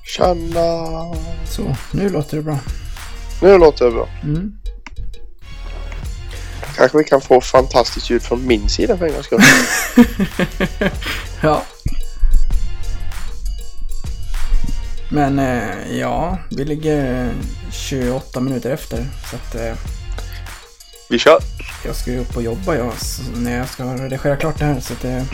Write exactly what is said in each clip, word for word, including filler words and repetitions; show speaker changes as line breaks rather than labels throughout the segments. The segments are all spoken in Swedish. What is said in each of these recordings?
Tjena.
Så, nu låter det bra.
Nu låter det bra.
Mm.
Kanske vi kan få fantastiskt ljud från min sida för en gångs skull.
Ja. Men eh, ja, vi ligger tjugoåtta minuter efter. Så att eh,
vi kör.
Jag ska ju upp och jobba jag, när jag ska redigera klart det här. Så att det,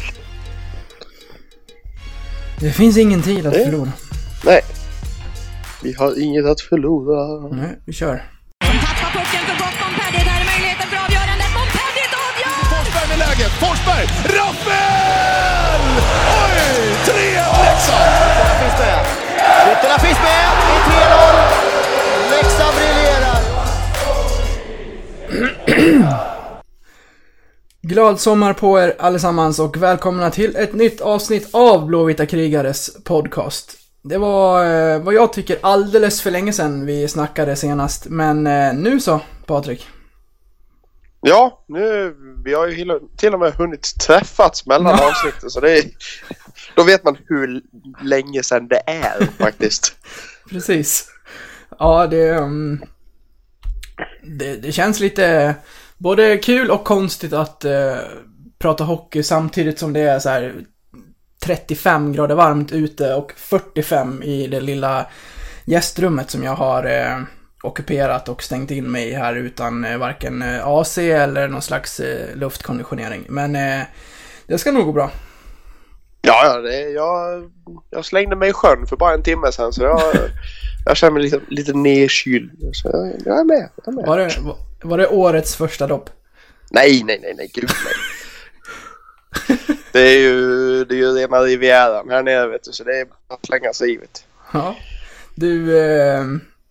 det finns ingen tid att
Nej.
förlora.
Nej. Vi har inget att förlora.
Nej, vi kör.
Som tappar pucken för gott. Montpellier, där är möjligheten för avgörandet. Montpellier avgör!
Forsberg med läget. Forsberg! Rappel! Oj! tre ett Leksand!
Ytterna finns med. Ytterna finns med. Det är tre noll. Leksand briljerar.
Glad sommar på er allesammans och välkomna till ett nytt avsnitt av Blåvita krigares podcast. Det var eh, vad jag tycker alldeles för länge sedan vi snackade senast. Men eh, nu så, Patrik.
Ja, nu vi har ju till och med hunnit träffats mellan
Ja.
avsnitten. Så det är, då vet man hur länge sedan det är faktiskt.
Precis. Ja, det, um, det, det känns lite både kul och konstigt att uh, prata hockey samtidigt som det är så här trettiofem grader varmt ute och fyrtiofem i det lilla gästrummet som jag har uh, ockuperat och stängt in mig här utan uh, varken uh, A C eller någon slags uh, luftkonditionering. Men uh, det ska nog gå bra.
Ja, ja det, jag, jag slängde mig i sjön för bara en timme sedan. Så jag, jag känner mig lite, lite nedkyld. Så jag, jag är med. Jag är med.
Var det, var det årets första dopp?
Nej, nej, nej, nej, gud nej. Det är ju det är ju rena Rivieran här nere, vet du, så det är bara att slänga sig i, vet du.
Ja. Du, eh,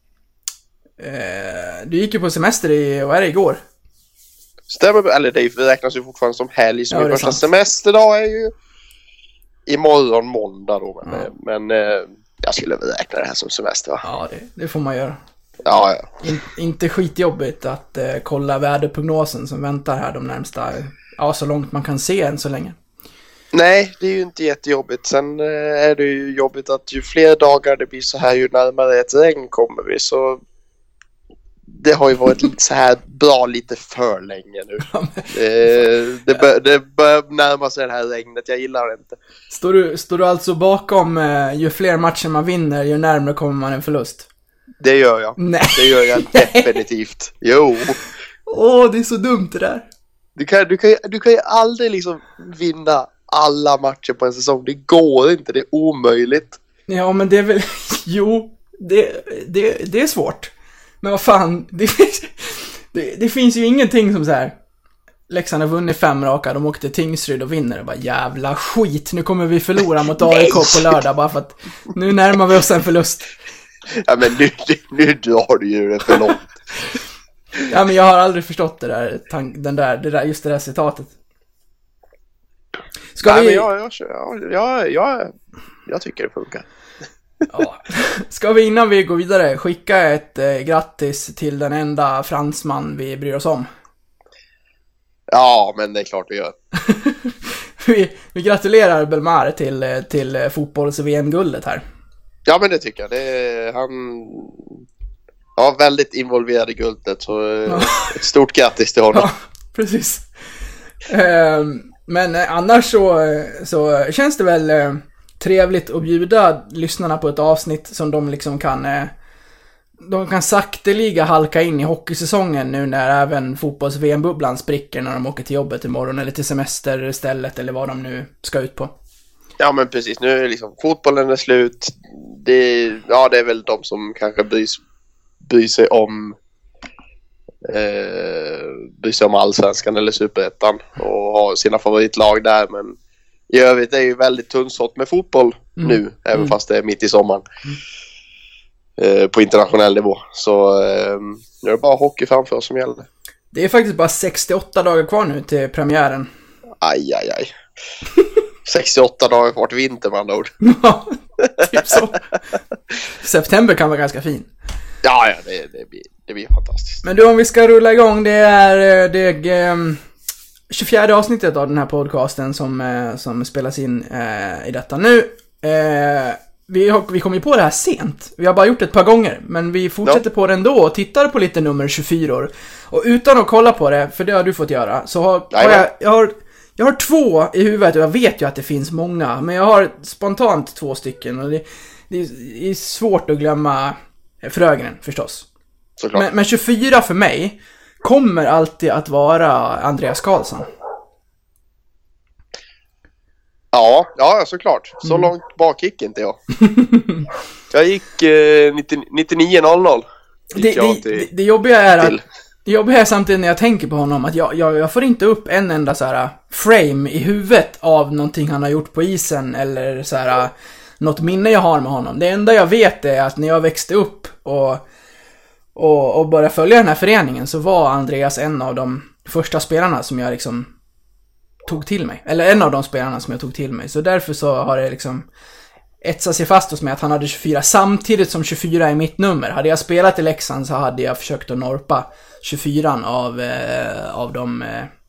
eh, du gick ju på semester i, vad är det, igår?
Stämmer, eller det räknas ju fortfarande som helg. Så
Ja,
min
det är
första
sant.
semesterdag är ju imorgon måndag då. Men,
Ja.
men eh, jag skulle väl räkna det här som semester, va?
Ja, det, det får man göra.
Ja, ja.
In, inte skitjobbigt att eh, kolla väderprognosen som väntar här de närmsta, ja, så långt man kan se än så länge.
Nej, det är ju inte jättejobbigt. Sen eh, är det ju jobbigt att ju fler dagar det blir så här, ju närmare ett regn kommer vi. Så det har ju varit lite så här bra lite för länge nu. Det, det, bör, det börjar närma sig det här regnet, jag gillar det inte.
Står du, står du alltså bakom eh, ju fler matcher man vinner, ju närmare kommer man en förlust?
Det gör jag.
Nej.
Det gör jag definitivt. Jo.
Åh, det är så dumt det där.
Du kan, du, kan, du kan ju aldrig liksom vinna alla matcher på en säsong. Det går inte, det är omöjligt.
Ja, men det är väl, jo, det, det, det är svårt. Men vad fan, det finns, det, det finns ju ingenting som så här. Leksand har vunnit fem raka, de åkte till Tingsryd och vinner. Och bara jävla skit, nu kommer vi förlora mot A I K på lördag bara för att nu närmar vi oss en förlust.
Ja, men nu, nu drar du ju det för långt.
Ja, men jag har aldrig förstått det där, tank, den där, det där just det där citatet. Ska
Nej,
vi...
men jag, jag, jag, jag, jag, jag tycker det funkar.
Ja. Ska vi innan vi går vidare skicka ett eh, grattis till den enda fransman vi bryr oss om?
Ja, men det är klart vi gör.
vi, vi gratulerar Belmar till, eh, till eh, fotbolls-V M-guldet här.
Ja, men det tycker jag. Det är, han var väldigt involverad i guldet. Så eh,
Ja.
ett stort grattis till honom.
Ja, precis. Eh, men eh, annars så, eh, så känns det väl eh, trevligt att bjuda lyssnarna på ett avsnitt som de liksom kan eh, de kan sakteliga halka in i hockeysäsongen nu när även fotbolls-V M-bubblan spricker när de åker till jobbet imorgon eller till semesterstället eller vad de nu ska ut på.
Ja, men precis. Nu är liksom fotbollen är slut. Det, ja, det är väl de som kanske bryr, bryr sig om eh, bryr sig om allsvenskan eller superettan och har sina favoritlag där. Men i övrigt är det ju väldigt tunnsått med fotboll
Mm.
nu, även
Mm.
fast det är mitt i sommaren. Eh, på internationell nivå. Så eh, nu är det bara hockey framför som gäller.
Det är faktiskt bara sextioåtta dagar kvar nu till premiären.
Aj, aj, aj. sextioåtta dagar kvar till vinter med andra ord.
Ja, typ så. September kan vara ganska fin.
Ja, ja, det, det, blir, det blir fantastiskt.
Men du, om vi ska rulla igång, det är det är, um, tjugofjärde avsnittet av den här podcasten som, uh, som spelas in uh, i detta nu. Uh, vi, har, vi kom ju på det här sent. Vi har bara gjort det ett par gånger, men vi fortsätter ja. på det ändå och tittar på lite nummer tjugofyra. Och utan att kolla på det, för det har du fått göra, så har, har jag, jag har jag har två i huvudet och jag vet ju att det finns många, men jag har spontant två stycken och det, det är svårt att glömma Frögren förstås. Men, men tjugofyra för mig kommer alltid att vara Andreas Karlsson.
Ja, ja såklart. Så mm. långt bak gick inte jag. Jag gick eh, nittionio noll noll.
Det, det, det, det jobbiga är att det jobbiga är samtidigt när jag tänker på honom att jag, jag, jag får inte upp en enda så här frame i huvudet av någonting han har gjort på isen eller så här något minne jag har med honom. Det enda jag vet är att när jag växte upp och, och, och började följa den här föreningen så var Andreas en av de första spelarna som jag liksom tog till mig. Eller en av de spelarna som jag tog till mig. Så därför så har det liksom etsat sig fast hos mig att han hade tjugofyra samtidigt som tjugofyra är mitt nummer. Hade jag spelat i Leksand så hade jag försökt att norpa tjugofyra av, eh, av de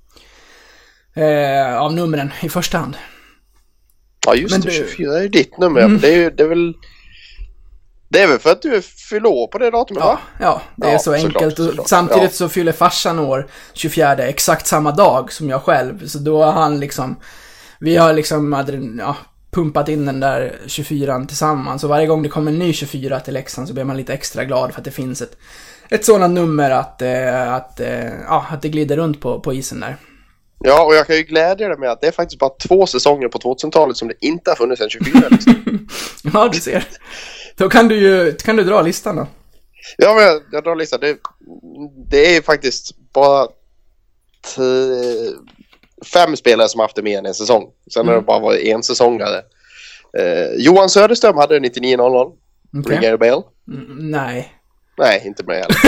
eh, av numren i första hand.
Ja just men det, du... tjugofyra är ditt nummer. Mm. Det, är ju, det är väl det är väl för att du fyller år på det datumet,
ja,
va?
Ja, det är ja, så enkelt. Såklart, såklart. Samtidigt ja. så fyller farsan år tjugofjärde exakt samma dag som jag själv. Så då har han liksom, vi har liksom ja, pumpat in den där tjugofyran tillsammans. Så varje gång det kommer en ny tjugofyra till Leksand så blir man lite extra glad för att det finns ett, ett sådant nummer att, eh, att, eh, ja, att det glider runt på, på isen där.
Ja, och jag kan ju glädja dig med att det är faktiskt bara två säsonger på tvåtusentalet som det inte har funnits en tjugofyra. Liksom.
Ja, du ser. Då kan du ju kan du dra listan då.
Ja, men jag, jag drar listan. Det, det är faktiskt bara t- fem spelare som har haft det mer än en säsong. Sen mm. har det bara varit en säsongare. Eh, Johan Söderström hade nittionio noll noll. Okay. Ringer Bell?
Mm, nej.
Nej, inte med heller.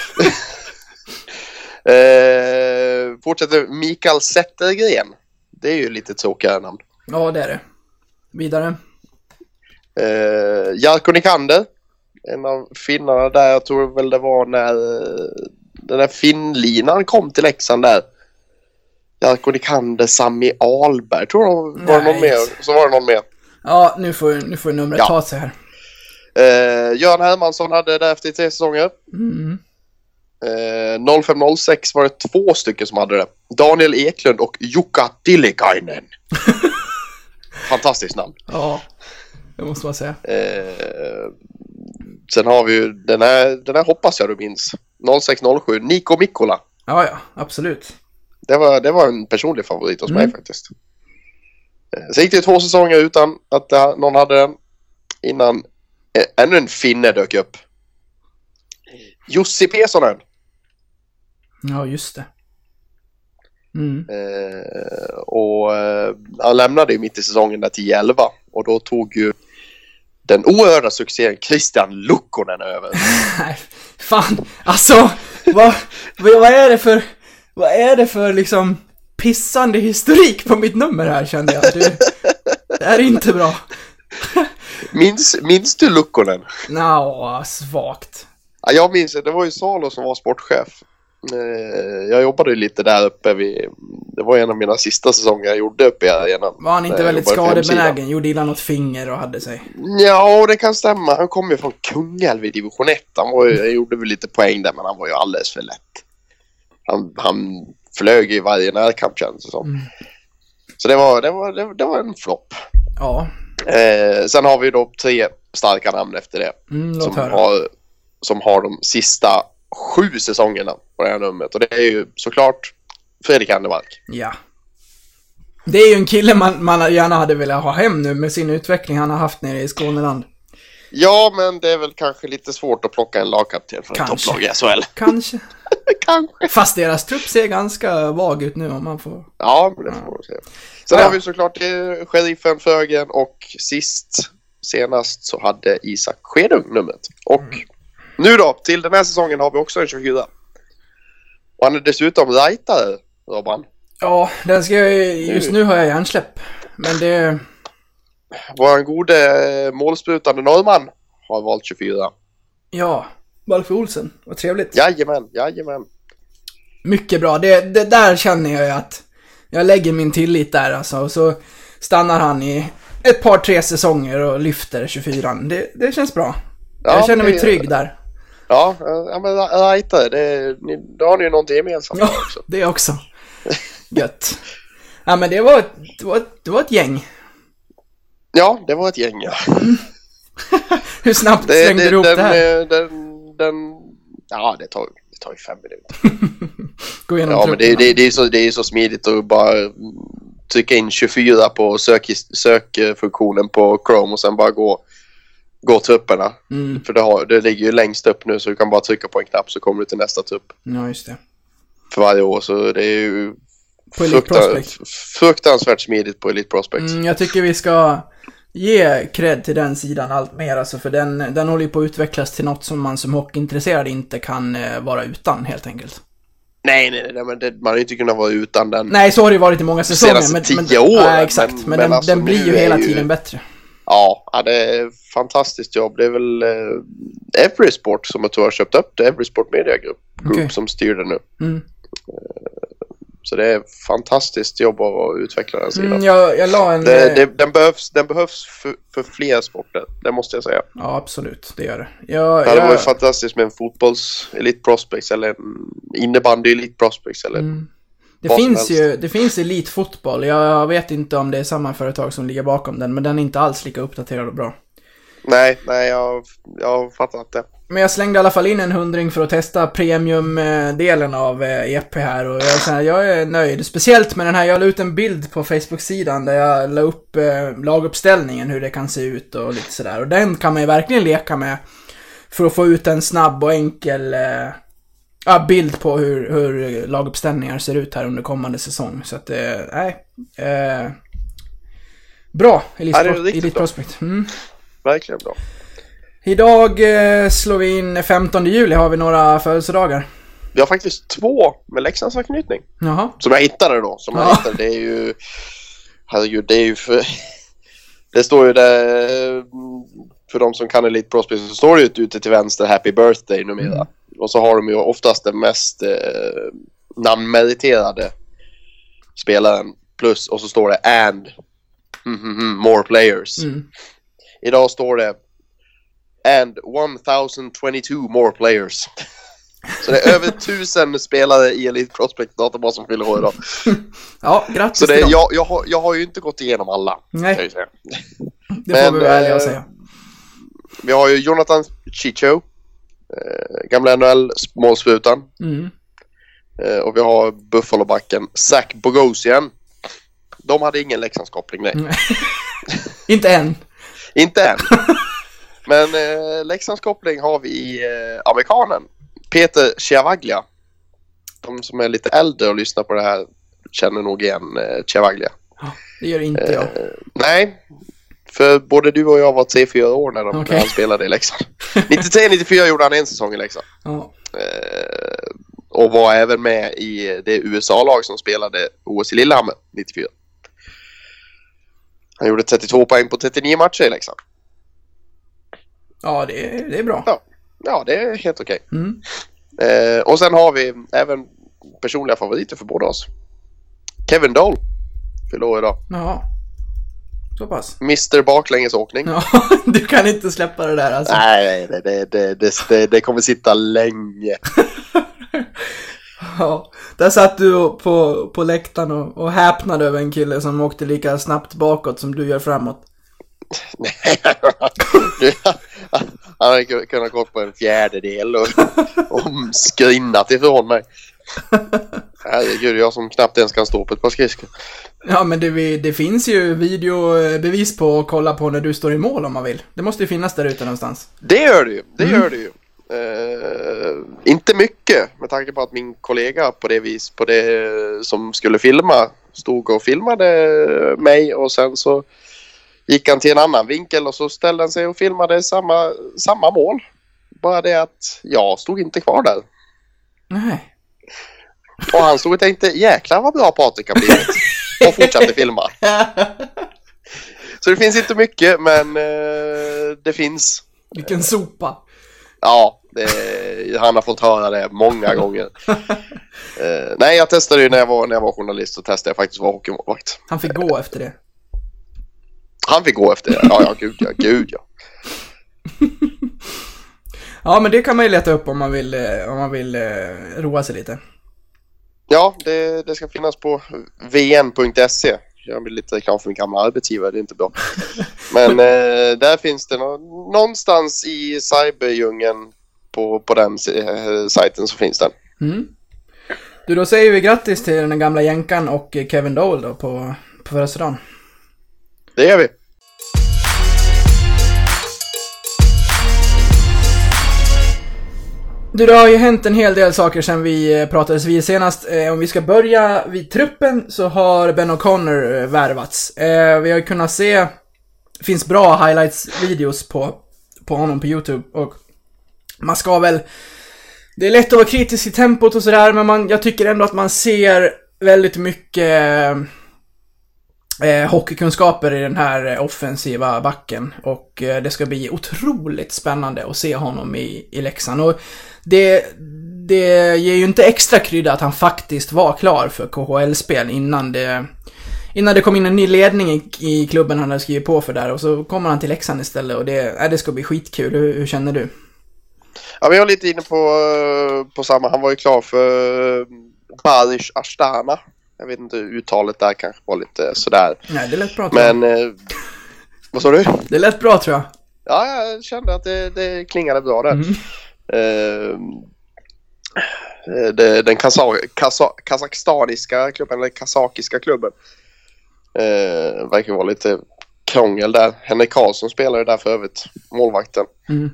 eh, fortsätter Mikael Zettergren. Det är ju lite tråkigare namn.
Ja, det är det. Vidare.
Eh, Jarkko Nikander, en av finnarna där, jag tror väl det var när den där finnlinan kom till Leksand där. Jarkko Nikander, Sami Ahlberg, tror jag var det någon mer. Så var det någon mer.
Ja, nu får, nu får numret ja. ta sig här.
Eh, Göran Hermansson hade där efter tre säsonger.
Mm.
Eh, noll fem noll sex var det två stycken som hade det. Daniel Eklund och Jukka Tillikainen. Fantastiskt namn.
Ja. Det måste man säga.
Eh, sen har vi ju den här, den här hoppas jag du minns. noll sex noll sju, Niko Mikkola.
Ja, ja, absolut.
Det var, det var en personlig favorit hos mm. mig faktiskt. Eh, så gick det två säsonger utan att uh, någon hade den. Innan eh, ännu en finne dök upp. Jussi Pesonen.
Ja, just det. Mm.
Eh, och eh, han lämnade ju mitt i säsongen där tio elva. Och då tog ju den oerhörda succén Christian Lukkonen över.
Nej, fan. Alltså, vad, vad är det för vad är det för liksom pissande historik på mitt nummer här, kände jag. Det, det är inte bra.
minns, minns du Lukkonen?
Nå, svagt.
Ja, jag minns det. Det var ju Salo som var sportchef. Jag jobbade lite där uppe vid, det var en av mina sista säsonger jag gjorde uppe i arenan.
Var han inte väldigt skadebenägen? Gjorde illa något finger och hade sig?
Ja, det kan stämma. Han kom ju från Kungälv i division ett. Han var ju, gjorde väl lite poäng där, men han var ju alldeles för lätt. Han, han flög i varje närkamp, känns det som. Mm. Så det var, det var, det, det var en flopp.
Ja.
Eh, sen har vi då tre starka namn efter det.
Mm,
som, har, som har de sista sju säsongerna på det här numret. Och det är ju såklart Fredrik Andermark.
Ja. Det är ju en kille man, man gärna hade velat ha hem nu med sin utveckling han har haft nere i Skåneland.
Ja, men det är väl kanske lite svårt att plocka en lagkapten för ett topplag i S H L.
Kanske.
Kanske.
Fast deras trupp ser ganska vag ut nu om man får...
Ja, men det får man se. Sen ja. har vi såklart eh, Sheriffen Frögren och sist, senast så hade Isak Skedung numret. Och mm. nu då, till den här säsongen har vi också en tjugofyra. Och han är dessutom rightare, Robban.
Ja, den ska jag, just nu har jag hjärnsläpp. Men det...
Vår gode målsprutande norrman har valt tjugofyra.
Ja, Balfur Olsen. Vad trevligt.
Jajamän, jajamän.
Mycket bra. Det, det där känner jag att jag lägger min tillit där alltså. Och så stannar han i ett par, tre säsonger och lyfter tjugofyra. Det, det känns bra.
Ja,
jag känner mig
det,
trygg där.
Ja, ja men right, det, ni, då har ni ju någonting gemensamt
ja,
också.
Det också. Gött. Ja, men det var, ett, det, var ett, det var ett gäng.
Ja, det var ett gäng, ja.
Mm. Hur snabbt
det,
slängde
det,
du ihop
den,
det här?
Den, den, ja, det tar, det tar ju fem minuter.
Gå igenom
ja, men det, det, det, är så, det är så smidigt att bara trycka in tjugofyra på sök, sökfunktionen på Chrome och sen bara gå, gå trupperna.
Mm.
För det, har, det ligger ju längst upp nu så du kan bara trycka på en knapp så kommer du till nästa trupp.
Ja, just det.
För varje år, så det är ju
på Elite Prospect.
fruktansvärt smidigt på Elite Prospect.
Mm, jag tycker vi ska ge cred till den sidan allt mer, alltså, för den, den håller ju på att utvecklas till något som man som hockeyintresserad inte kan eh, vara utan, helt enkelt.
Nej, nej, nej, men det, man har ju inte kunnat vara utan den.
Nej, så har det varit i många säsonger.
Senaste
men,
tio
men,
år.
Nej, exakt, men, men, men den,
alltså,
den blir ju hela ju... tiden bättre.
Ja, ja, det är fantastiskt jobb. Det är väl eh, Everysport som jag tror har köpt upp det. Everysport Media Group, okay. som styr det nu.
Mm.
Så det är fantastiskt jobb att utveckla den sidan.
Mm, jag, jag la en...
det, det, den behövs, den behövs för, för fler sporter, det måste jag säga.
Ja, absolut, det gör det. Jag,
det hade
jag...
varit fantastiskt med en fotbolls Elite Prospects eller en innebandy Elite Prospects eller...
Mm. Det finns ju, det finns Elite fotboll. Jag vet inte om det är samma företag som ligger bakom den, men den är inte alls lika uppdaterad och bra.
Nej, nej, jag, jag har fattat det.
Men jag slängde i alla fall in en hundring för att testa premium-delen av E P här. Och jag, så här, jag är nöjd. Speciellt med den här, jag la ut en bild på Facebook-sidan där jag la upp eh, laguppställningen, hur det kan se ut och lite sådär. Och den kan man ju verkligen leka med för att få ut en snabb och enkel eh, ja, bild på hur, hur laguppställningar ser ut här under kommande säsong. Så att, nej. Eh, eh, bra, Elite,
ja,
Pro- Elite Prospect. Mm.
Verkligen bra.
Idag eh, slår vi in femtonde juli. Har vi några födelsedagar?
Vi har faktiskt två med Leksands anknytning.
Jaha.
Som jag hittade då. Som jag
ja.
hittade. Det är ju... Herregud, det är ju för... Det står ju där... För de som kan Elite Prospect så står det ju ute till vänster Happy Birthday numera. Mm. Och så har de ju oftast den mest eh, namnmeriterade spelaren. Plus, och så står det and mm, mm, mm, more players. Mm. Idag står det and one thousand twenty-two more players. Så det är över tusen spelare i Elite Prospect databas som fyller år idag.
Ja, grattis.
Så det är, jag, jag, har, jag har ju inte gått igenom alla.
Nej,
kan jag säga.
Det Men, får vi väl ärliga att säga.
Vi har ju Jonathan Chicho, eh, gamla N H L-målsprutan. Mm. Eh, och vi har Buffalo-backen Zach Bogosian. De hade ingen Leksandskoppling, nej.
nej. Inte än.
Inte än. Men eh, Leksandskoppling har vi i eh, amerikanen Peter Chiavaglia. De som är lite äldre och lyssnar på det här känner nog igen eh, Chiavaglia.
Ja, det gör inte jag.
Eh, nej, för både du och jag var tre fyra år när, de,
okay.
när han spelade i Leksand. nittiotre nittiofyra gjorde han en säsong i Leksand.
Ja.
Eh, och var även med i det U S A-lag som spelade O S i Lillehammer nittiofyra. Han gjorde trettiotvå poäng på trettionio matcher i Leksand.
Ja, det är, det är bra.
Ja, ja, det är helt okej. Okay.
Mm.
Eh, och sen har vi även personliga favoriter för båda oss. Kevin Dahl fyller år idag.
Ja, så pass.
mister Baklängesåkning.
Ja, du kan inte släppa det där alltså.
Nej, det, det, det, det, det, det kommer sitta länge.
Ja, där satt du på, på läktaren och, och häpnade över en kille som åkte lika snabbt bakåt som du gör framåt. Nej,
han hade kunnat gå på en fjärdedel och, och skrinnat ifrån mig. Herregud, jag som knappt ens kan stå på ett par skridskor.
Ja, men det, det finns ju videobevis på att kolla på när du står i mål om man vill. Det måste ju finnas där ute någonstans.
Det gör det ju, det
mm.
gör det ju. Uh, inte mycket med tanke på att min kollega på det vis på det som skulle filma stod och filmade mig och sen så gick han till en annan vinkel och så ställde han sig och filmade samma, samma mål. Bara det att jag stod inte kvar där.
Nej.
Och han stod och tänkte, jäklar vad bra Patrik har blivit. Och fortsatte filma. Så det finns inte mycket, men uh, det finns.
Vilken sopa.
Ja, det, han har fått höra det många gånger. uh, nej, jag testade ju när jag var, när jag var journalist så testade jag faktiskt att vara hockeymålvakt.
Han fick gå efter det.
Han fick gå efter det. Ja, ja, gud, ja, gud, ja.
Ja, men det kan man ju leta upp om man vill, om man vill roa sig lite.
Ja, det, det ska finnas på v n punkt se. Jag blir lite reklam för min gamla arbetsgivare, det är inte bra. Men eh, där finns det nå- någonstans i cyberdjungeln på, på den eh, sajten så finns den.
Mm. Du, då säger vi grattis till den gamla jänkan och Kevin Dole då på, på födelsedagen.
Det gör vi.
Du, det har ju hänt en hel del saker sen vi pratades vid senast. Eh, om vi ska börja vid truppen så har Ben O'Connor eh, värvats. Eh, vi har ju kunnat se, det finns bra highlights-videos på, på honom på YouTube. Och man ska väl, det är lätt att vara kritisk i tempot och sådär, men man, jag tycker ändå att man ser väldigt mycket eh, hockeykunskaper i den här offensiva backen. Och eh, det ska bli otroligt spännande att se honom i, i Leksand. Och det, det ger ju inte extra krydda att han faktiskt var klar för K H L-spel innan det, innan det kom in en ny ledning i, i klubben han hade skrivit på för där. Och så kommer han till Leksand istället och det, äh, det ska bli skitkul. Hur, hur känner du?
Ja, vi var lite inne på, på samma. Han var ju klar för Barish Ashtana. Jag vet inte, uttalet där kanske var lite sådär.
Nej, det lät bra, tror jag.
Men, eh, vad sa du?
Det lät bra, tror jag.
Ja, jag kände att det, det klingade bra där. Mm. Eh, det, den kasa, kasa, kazakstaniska klubben, eller kazakiska klubben, eh, verkar vara lite krångel där. Henrik Karlsson spelade där för övrigt, målvakten. Mm.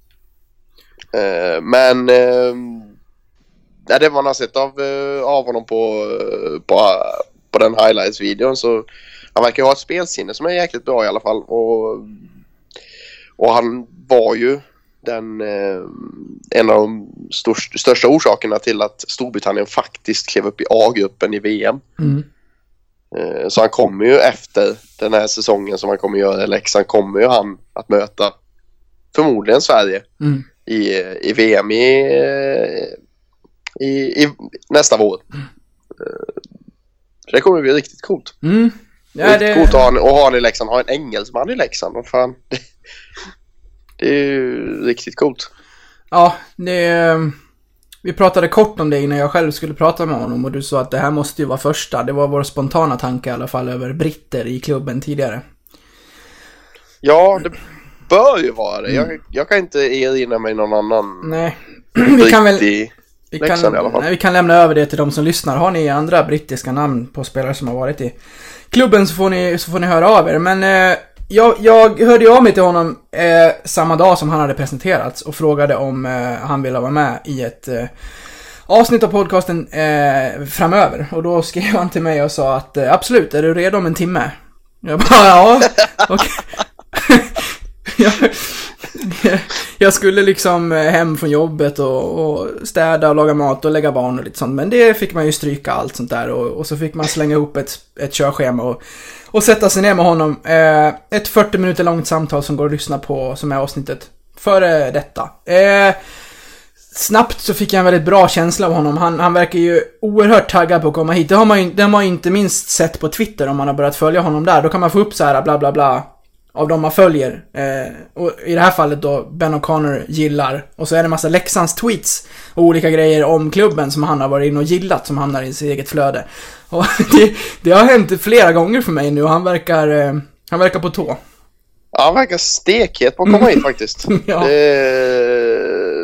Eh, men eh, ja, det var man har sett av, av honom på, på, på den highlights-videon, så han verkar ha ett spelsinne som är jäkligt bra i alla fall. Och, och han var ju den, eh, en av de största, största orsakerna till att Storbritannien faktiskt klev upp i A-gruppen i V M. Mm. Eh, så han kommer ju efter den här säsongen som han kommer göra i Leksand, kommer ju han att möta förmodligen Sverige mm. i, i V M i, i, i nästa vår. Mm. Det kommer bli riktigt coolt. Mm. Ja, riktigt det... coolt att ha, att ha han i Leksand. Ha en engelsman i Leksand. Vad fan. Det, det är ju riktigt coolt.
Ja, det, vi pratade kort om det innan jag själv skulle prata med honom. Och du sa att det här måste ju vara första. Det var vår spontana tanke i alla fall över britter i klubben tidigare.
Ja, det bör ju vara det. Jag, jag kan inte erinra mig någon annan.
Nej, vi kan väl... Vi kan, nej, vi kan lämna över det till de som lyssnar. Har ni andra brittiska namn på spelare som har varit i klubben så får ni, så får ni höra av er. Men eh, jag, jag hörde ju av mig till honom eh, samma dag som han hade presenterats och frågade om eh, han ville vara med i ett eh, avsnitt av podcasten eh, framöver. Och då skrev han till mig och sa att eh, absolut, är du redo om en timme? Jag bara, ja, okej. jag, jag skulle liksom hem från jobbet och, och städa och laga mat och lägga barn och lite sånt. Men det fick man ju stryka allt sånt där. Och, och så fick man slänga ihop ett, ett körschema och, och sätta sig ner med honom. Eh, ett fyrtio minuter långt samtal som går att lyssna på, som är avsnittet före detta. Eh, snabbt så fick jag en väldigt bra känsla av honom. Han, han verkar ju oerhört taggad på att komma hit. Det har man ju, det har man ju inte minst sett på Twitter om man har börjat följa honom där. Då kan man få upp så här bla bla bla av de man följer. Eh, och i det här fallet då Ben O'Connor gillar. Och så är det en massa Leksands tweets och olika grejer om klubben som han har varit in och gillat som hamnar i sitt eget flöde. Och det, det har hänt flera gånger för mig nu och han verkar, eh, han verkar på tå.
Ja, han verkar stekhet på att komma hit faktiskt.
Ja.
Det,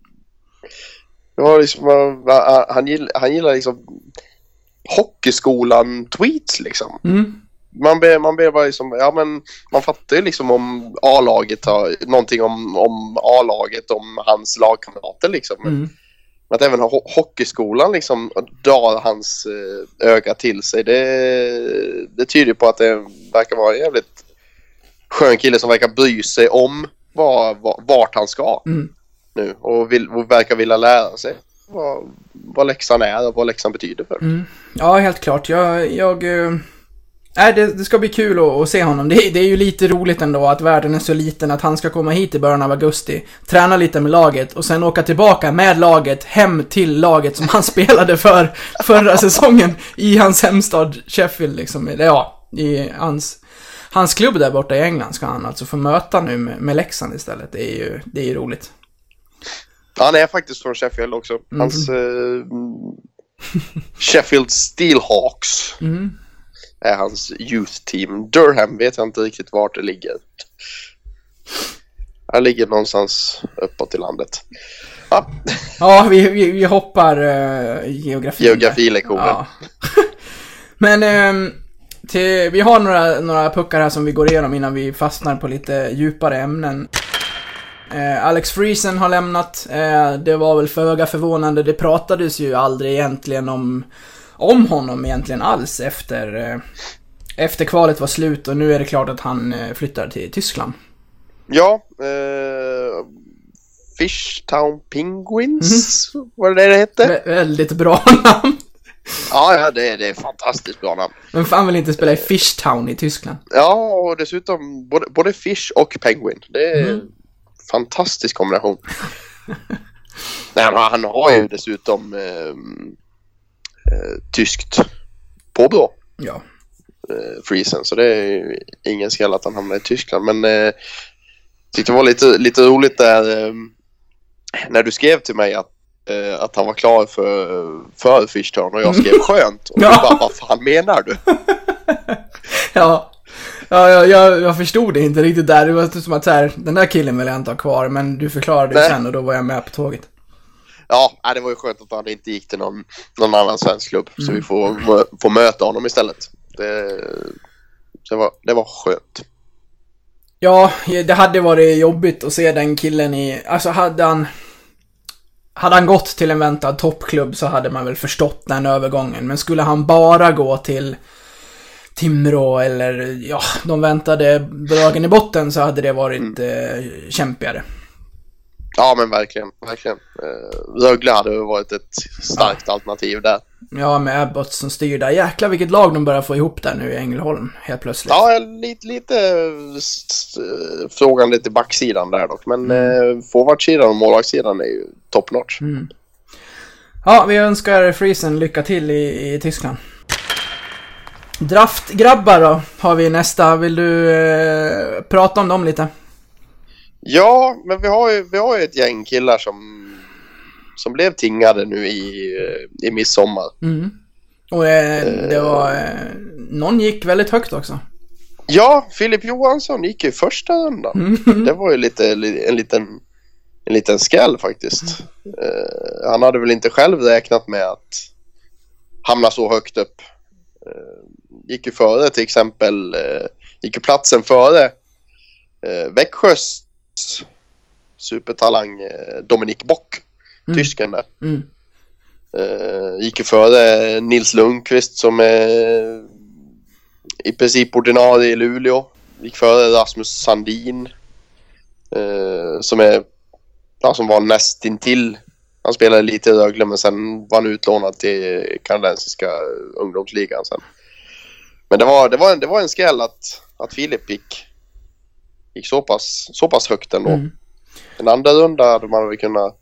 det var liksom, han, gillar, han gillar liksom hockeyskolan tweets liksom. Mm. Man ber, man ber bara liksom, ja men man fattar ju liksom om A-laget har någonting om, om A-laget, om hans lagkamrater liksom. Mm. Men att även ho- hockeyskolan liksom drar hans eh, öga till sig, det, det tyder på att det verkar vara en jävligt skön kille som verkar bry sig om var, var, vart han ska mm. nu och, vill, och verkar vilja lära sig vad, vad Leksand är och vad Leksand betyder för.
Mm. Ja, helt klart. Jag... jag uh... Nej, det, det ska bli kul att, att se honom. Det, det är ju lite roligt ändå att världen är så liten att han ska komma hit i början av augusti, träna lite med laget och sen åka tillbaka med laget hem till laget som han spelade för förra säsongen i hans hemstad Sheffield liksom. Ja, i hans, hans klubb där borta i England ska han alltså få möta nu med, med Leksand istället. Det är ju, det är ju roligt.
Ja, han är faktiskt från Sheffield också. Hans mm. eh, Sheffield Steelhawks mm. är hans youth team. Durham vet jag inte riktigt vart det ligger. Han ligger någonstans uppåt i landet. Ja,
ja vi, vi, vi hoppar uh, geografi.
Geografilektionen. Ja.
Men um, till, vi har några, några puckar här som vi går igenom innan vi fastnar på lite djupare ämnen. Uh, Alex Friesen har lämnat. Uh, det var väl föga förvånande. Det pratades ju aldrig egentligen om, om honom egentligen alls efter, uh, efter kvalet var slut. Och nu är det klart att han uh, flyttar till Tyskland.
Ja, uh... Fishtown Penguins, mm. vad det, det heter.
Vä- väldigt bra namn.
Ja, ja det, är, det är fantastiskt bra namn.
Men fan vill inte spela i Fishtown i Tyskland?
Ja, och dessutom både, både Fish och Penguin. Det är mm. en fantastisk kombination. Nej, han, han har ju dessutom eh, eh, tyskt påbrå.
Ja.
Eh, Friesen, så det är ju ingen skall att han hamnar i Tyskland. Men eh, tyckte det var lite, lite roligt där... Eh, när du skrev till mig att, eh, att han var klar för, för Fishtown och jag skrev skönt. Och ja. Du bara, vad fan menar du?
ja, ja jag, jag, jag förstod det inte riktigt där. Det var som att så här, den där killen vill jag inte ha kvar. Men du förklarade det sen och då var jag med på tåget.
Ja, det var ju skönt att han inte gick till någon, någon annan svensk klubb. Mm. Så vi får, får möta honom istället. Det, det, var, det var skönt.
Ja, det hade varit jobbigt att se den killen i... Alltså hade han... Hade han gått till en väntad toppklubb så hade man väl förstått den övergången. Men skulle han bara gå till Timrå eller ja, de väntade dragen i botten så hade det varit mm. eh, kämpigare.
Ja, men verkligen. verkligen. Eh, Rögle hade varit ett starkt ja. alternativ där.
Ja, med Abbott som styr där. Jäklar vilket lag de börjar få ihop där nu i Ängelholm helt plötsligt.
Ja, lite, lite frågan lite backsidan där dock. Men mm. eh, forwardsidan och målvaktssidan är ju top notch. Mm.
Ja, vi önskar Friesen lycka till i, i Tyskland. Draftgrabbar då har vi nästa. Vill du eh, prata om dem lite?
Ja, men vi har ju, vi har ju ett gäng killar som som blev tingade nu i, i midsommar. Mm. Och eh, det var eh, någon gick väldigt högt också. Ja, Filip Johansson gick i första rundan. Mm. Det var ju lite en liten en liten skräll faktiskt. Mm. Eh, han hade väl inte själv räknat med att hamna så högt upp. Eh, gick ju före till exempel eh, gick ju platsen före eh, Växjös supertalang eh, Dominik Bock. Mm. Tysken där. Mm. Uh, gick ju före Nils Lundqvist som är i princip ordinarie i Luleå. Gick före Rasmus Sandin uh, som är ja, som var nästintill. Han spelade lite i Rögle men sen var han utlånad till kanadensiska ungdomsligan sen. Men det var, det var, en, det var en skräll att, att Filip gick, gick så pass, så pass högt ändå. Mm. En andra runda hade man väl kunnat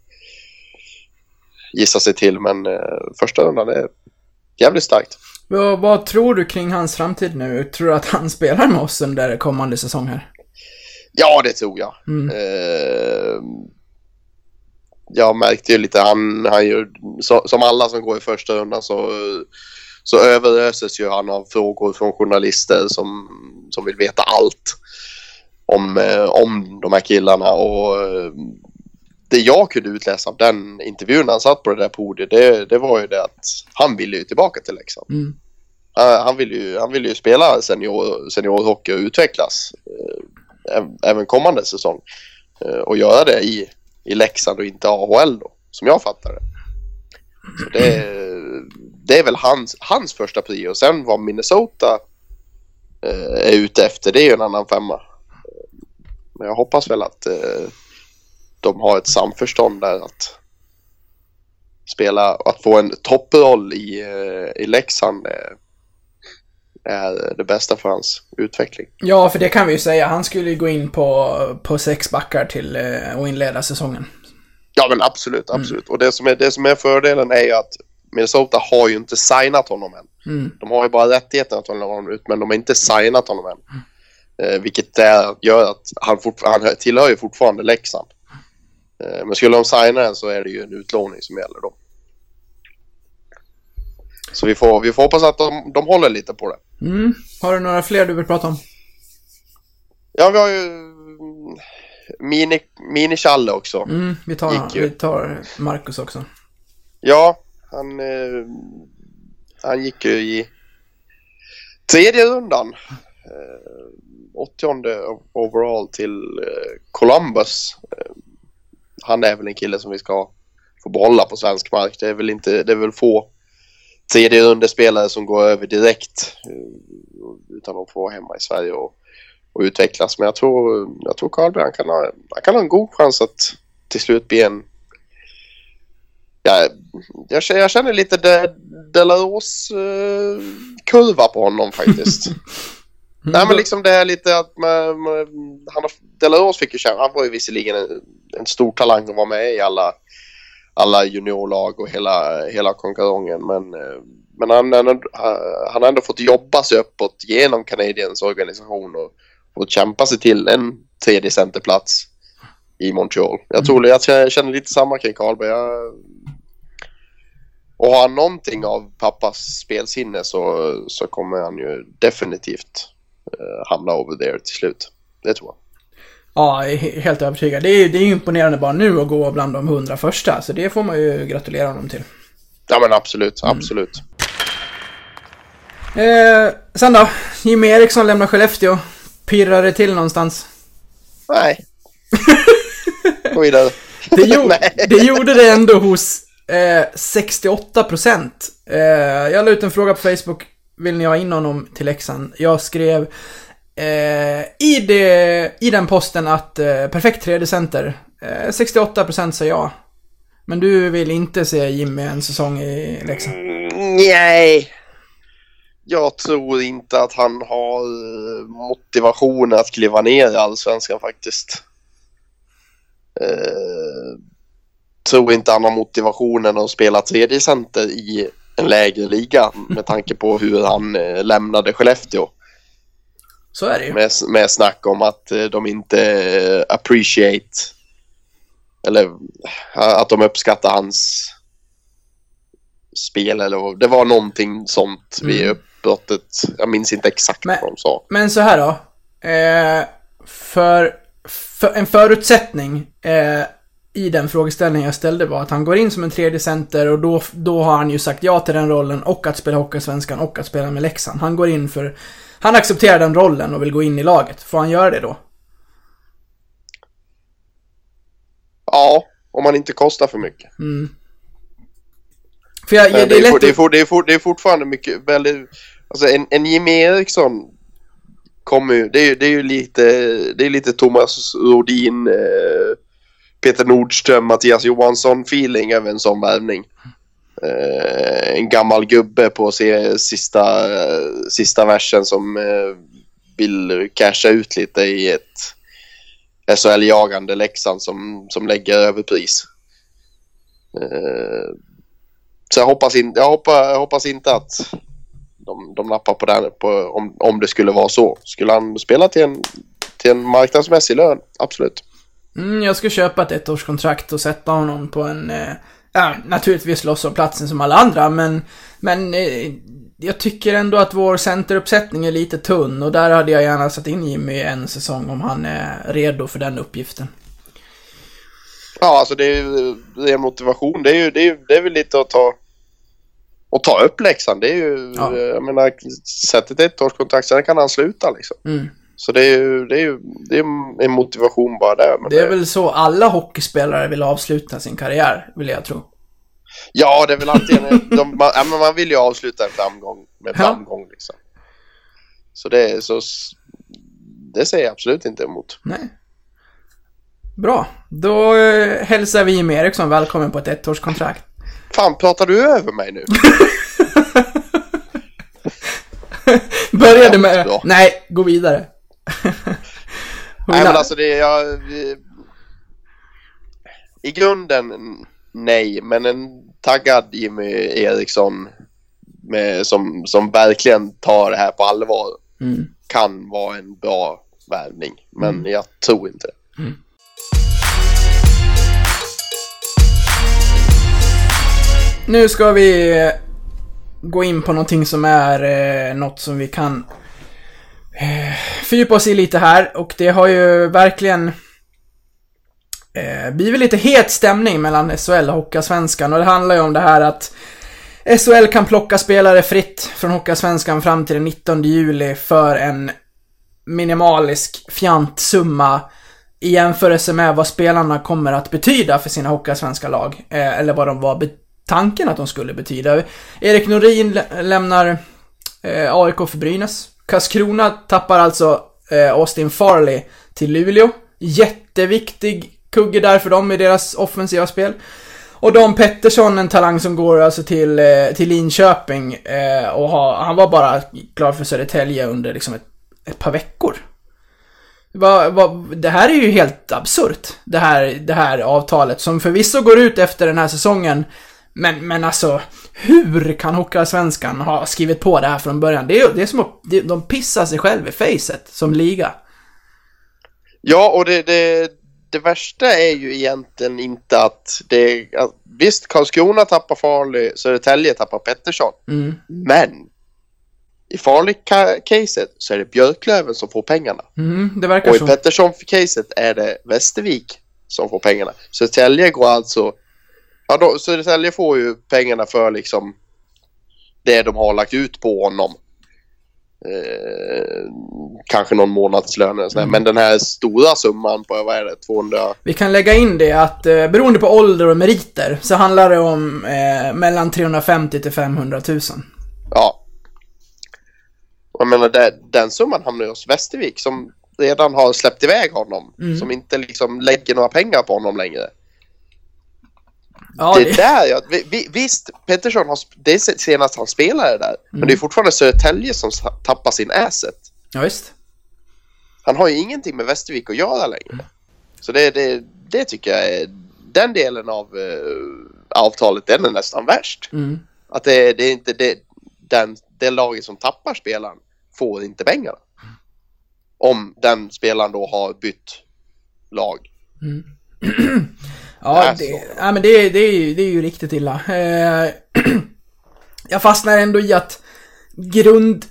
gissa sig till, men eh, första rundan är jävligt starkt.
Vad, vad tror du kring hans framtid nu? Tror du att han spelar med oss under kommande säsong här?
Ja, det tror jag. Mm. Eh, jag märkte ju lite, han, han gör, så, som alla som går i första rundan så, så överöses ju han av frågor från journalister som, som vill veta allt om, eh, om de här killarna och eh, det jag kunde utläsa av den intervjun när han satt på det där podiet, det, det var ju det att han ville ju tillbaka till Leksand. Mm. Han, han ville ju, han ville ju spela senior, seniorhockey och utvecklas eh, även kommande säsong eh, och göra det i, i Leksand och inte A H L då, som jag fattar det. Så det, det är väl hans, hans första prio. Och sen vad Minnesota eh, är ute efter, det är ju en annan femma. Men jag hoppas väl att eh, de har ett samförstånd där att spela, att få en topproll i, i Leksand är det bästa för hans utveckling.
Ja, för det kan vi ju säga. Han skulle ju gå in på, på sex backar till att inleda säsongen.
Ja, men absolut, absolut. Mm. Och det som, är, det som är fördelen är ju att Minnesota har ju inte signat honom än. Mm. De har ju bara rättigheten att hålla honom ut, men de har inte signat honom än. Mm. Eh, vilket där gör att han, fort, han tillhör ju fortfarande Leksand. Eh, men skulle de signa den så är det ju en utlåning som gäller då. Så vi får, vi får hoppas att de, de håller lite på det.
Mm. Har du några fler du vill prata om?
Ja, vi har ju Mini, Mini Challe också.
Mm, vi, tar, vi tar Marcus också.
Ja, han, eh, han gick ju i tredje rundan. Eh, åttionde overall till eh, Columbus. Eh, han är väl en kille som vi ska få behålla på svensk mark. Det är väl inte, det är väl få tredje rundespelare som går över direkt eh, utan att få hemma i Sverige och, och utvecklas. Men jag tror, jag tror Karlberg han kan, ha, han kan ha en god chans att till slut bli en. Ja, jag, jag känner lite De, Delaros uh, kurva på honom faktiskt. Mm. Nej, men liksom det är lite att man, man, han har, Delaros fick ju känna, han var ju visserligen en, en stor talang att vara med i alla, alla juniorlag och hela, hela konkurrensen, men, men han, han, han har ändå fått jobba sig uppåt genom Canadiens organisation och fått kämpa sig till en tredje centerplats i Montreal. Jag tror jag känner lite samma kring Karlberg. Jag, och har han någonting av pappas spelsinne så, så kommer han ju definitivt uh, hamna over there till slut. Det tror jag.
Ja, jag är helt övertygad. Det är, det är ju imponerande bara nu att gå bland de hundra första. Så det får man ju gratulera honom till.
Ja, men absolut, absolut.
Mm. Eh, sen då, Jimmy Eriksson lämnar Skellefteå. Pirrar det till någonstans?
Nej. Gå vidare.
Det, gjorde, det gjorde det ändå hos eh, sextioåtta procent. Eh, jag la ut en fråga på Facebook. Vill ni ha in honom till Leksand? Jag skrev eh, i, det, i den posten att eh, perfekt tredje center. Eh, sextioåtta procent säger ja. Men du vill inte se Jimmy en säsong i Leksand?
Mm, nej. Jag tror inte att han har motivation att kliva ner i Allsvenskan faktiskt. Eh, tror inte han har motivationen att spela tredje center i en lägre liga med tanke på hur han eh, lämnade Skellefteå.
Så är det ju.
Med, med snack om att eh, de inte eh, appreciate eller att de uppskattar hans spel eller det var någonting sånt mm. vid uppbrottet. Jag minns inte exakt
men,
vad de sa.
Men så här då. Eh, för, för en förutsättning eh, i den frågeställningen jag ställde var att han går in som en tredje center och då, då har han ju sagt ja till den rollen och att spela Hockeysvenskan och att spela med Leksand. Han går in för han accepterar den rollen och vill gå in i laget. Får han göra det då?
Ja, om man inte kostar för mycket.
Mm. För jag, det, är
det, är
lätt
for, det, är for, det, är for, det är fortfarande mycket väldigt, alltså en, en Jimmy Eriksson kommer ju, det är ju, det är ju lite det är lite Thomas Rodin, eh, Peter Nordström, Mattias Johansson feeling över en sån värvning. Eh, en gammal gubbe på se, sista eh, sista versen som eh, vill casha ut lite i ett S H L-jagande Leksand som, som lägger över pris. Eh, så jag hoppas, in, jag, hoppas, jag hoppas inte att de, de nappar på den på, om, om det skulle vara så. Skulle han spela till en, till en marknadsmässig lön? Absolut.
Mm, jag ska köpa ett ettårskontrakt och sätta honom på en... Eh, ja, naturligtvis slåss om platsen som alla andra, men, men eh, jag tycker ändå att vår centeruppsättning är lite tunn och där hade jag gärna satt in Jimmy en säsong om han är redo för den uppgiften.
Ja, alltså det är ju det är motivation. Det är ju det är, det är väl lite att ta och ta upp Leksand. Det är ju ja. Jag menar sättet ett årskontrakt sen kan han sluta liksom. Mm. Så det är ju det är ju det är en motivation bara där. Men
det är det... väl så alla hockeyspelare vill avsluta sin karriär, vill jag tro.
Ja, det är väl alltid en, de, man, ja, men man vill ju avsluta en framgång med framgång ja. Liksom. Så det är så det säger jag absolut inte emot.
Nej. Bra, då eh, hälsar vi Jimmy Eriksson välkommen på ett ettårskontrakt.
Fan, pratar du över mig nu?
Började med... Bra. Nej, gå vidare.
Nej, men alltså det är... Jag, vi, i grunden, nej. Men en taggad Jimmy Eriksson med, som, som verkligen tar det här på allvar mm. kan vara en bra värvning. Men
Mm.
jag tror inte det.
Mm. Nu ska vi gå in på någonting som är eh, något som vi kan eh, fördjupa oss i lite här. Och det har ju verkligen eh, blivit lite het stämning mellan S H L och Hockeyallsvenskan. Och det handlar ju om det här att S H L kan plocka spelare fritt från Hockeyallsvenskan fram till den nittonde juli för en minimalisk fjantsumma i jämförelse med vad spelarna kommer att betyda för sina Hockeyallsvenska lag. Eh, eller vad de var be- tanken att de skulle betyda. Erik Norin lä- lämnar eh, A I K för Brynäs. Karlskrona tappar alltså eh, Austin Farley till Luleå. Jätteviktig kugge där för dem i deras offensiva spel. Och Don Pettersson, en talang som går alltså till, eh, till Linköping eh, och ha, han var bara klar för Södertälje under liksom ett, ett par veckor. Va, va, det här är ju helt absurt, det här, det här avtalet som förvisso går ut efter den här säsongen. Men, men alltså, hur kan Hockeyallsvenskan ha skrivit på det här från början? Det är, det är som att det, de pissar sig själv i facet som liga.
Ja, och det, det, det värsta är ju egentligen inte att det... Att, visst, Karlskrona tappar Farley, Södertälje tappar Pettersson.
Mm.
Men i Farley-caset så är det Björklöven som får pengarna.
Mm, det verkar
Och i
så.
Pettersson-caset är det Västervik som får pengarna. Södertälje går alltså... Ja, då, Södertälje får ju pengarna för liksom det de har lagt ut på honom. Eh, kanske någon månadslön eller sådär.
Mm.
Men den här stora summan på, vad är det, tvåhundra...
Vi kan lägga in det att eh, beroende på ålder och meriter så handlar det om eh, mellan trehundrafemtio till femhundratusen.
Ja. Jag menar, det, den summan hamnar hos Västervik som redan har släppt iväg honom.
Mm.
Som inte liksom lägger några pengar på honom längre.
Ja,
det
det...
där, ja, vi, vi, visst, Pettersson har, det är senast han spelade där. Mm. Men det är fortfarande Södertälje som tappar sin asset.
Ja, visst.
Han har ju ingenting med Västervik att göra längre. Mm. Så det, det, det tycker jag är, den delen av uh, avtalet, den är nästan värst.
Mm.
Att det, det är inte det, den, det laget som tappar spelaren får inte pengarna. Om den spelaren då har bytt lag.
Mm. Ja, det, ja, men det, det, är ju, det är ju riktigt illa. Eh, jag fastnar ändå i att grundidén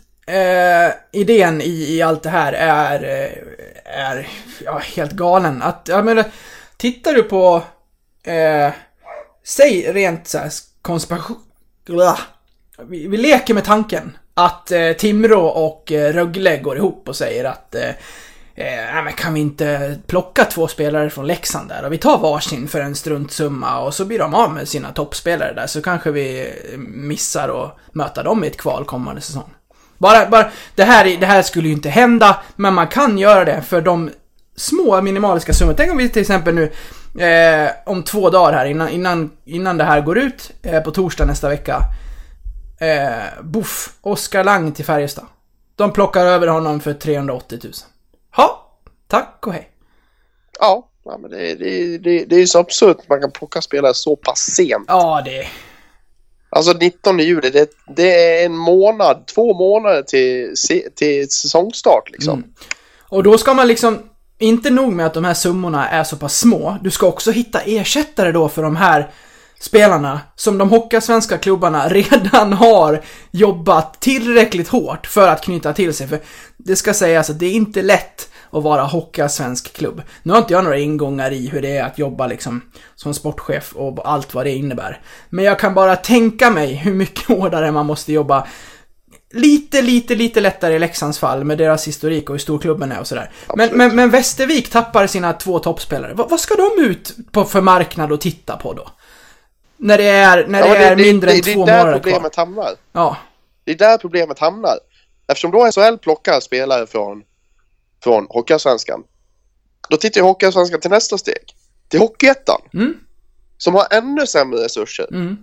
eh, i, i allt det här är, är ja, helt galen. Att, jag menar, tittar du på eh, säg rent så här konspiration... Vi, vi leker med tanken att eh, Timrå och eh, Rögle går ihop och säger att eh, eh, men kan vi inte plocka två spelare från Leksand där och vi tar varsin för en struntsumma och så blir de av med sina toppspelare där, så kanske vi missar att möta dem i ett kval kommande säsong. Bara, bara, det, här, det här skulle ju inte hända, men man kan göra det för de små minimaliska summor. Tänk om vi till exempel nu eh, om två dagar här innan, innan, innan det här går ut eh, på torsdag nästa vecka. Eh, buff, Oskar Lang till Färjestad. De plockar över honom för trehundraåttiotusen. Ja, tack och hej.
Ja, ja men det, det, det, det är ju så absurt att man kan plocka spelare så pass sent.
Ja, det...
Alltså nittonde juli, det, det är en månad, två månader till, till säsongstart liksom. Mm.
Och då ska man liksom, inte nog med att de här summorna är så pass små, du ska också hitta ersättare då för de här spelarna som de hockeyallsvenska klubbarna redan har jobbat tillräckligt hårt för att knyta till sig. För det ska sägas att det är inte lätt att vara hockeyallsvensk klubb. Nu har inte jag några ingångar i hur det är att jobba liksom som sportchef och allt vad det innebär. Men jag kan bara tänka mig hur mycket hårdare man måste jobba. Lite, lite, lite lättare i Leksands fall med deras historik och hur stor klubben är och sådär. Men, men, men Västervik tappar sina två toppspelare. Va, vad ska de ut på för marknad och titta på då? När det är, när det ja, det, är mindre det, än det, två månader kvar. Det är där problemet
kvar. hamnar.
Ja.
Det är där problemet hamnar. Eftersom då S H L plockar spelare från, från Hockeyallsvenskan. Då tittar ju Hockeyallsvenskan till nästa steg. Till Hockeyettan.
Mm.
Som har ännu sämre resurser.
Mm.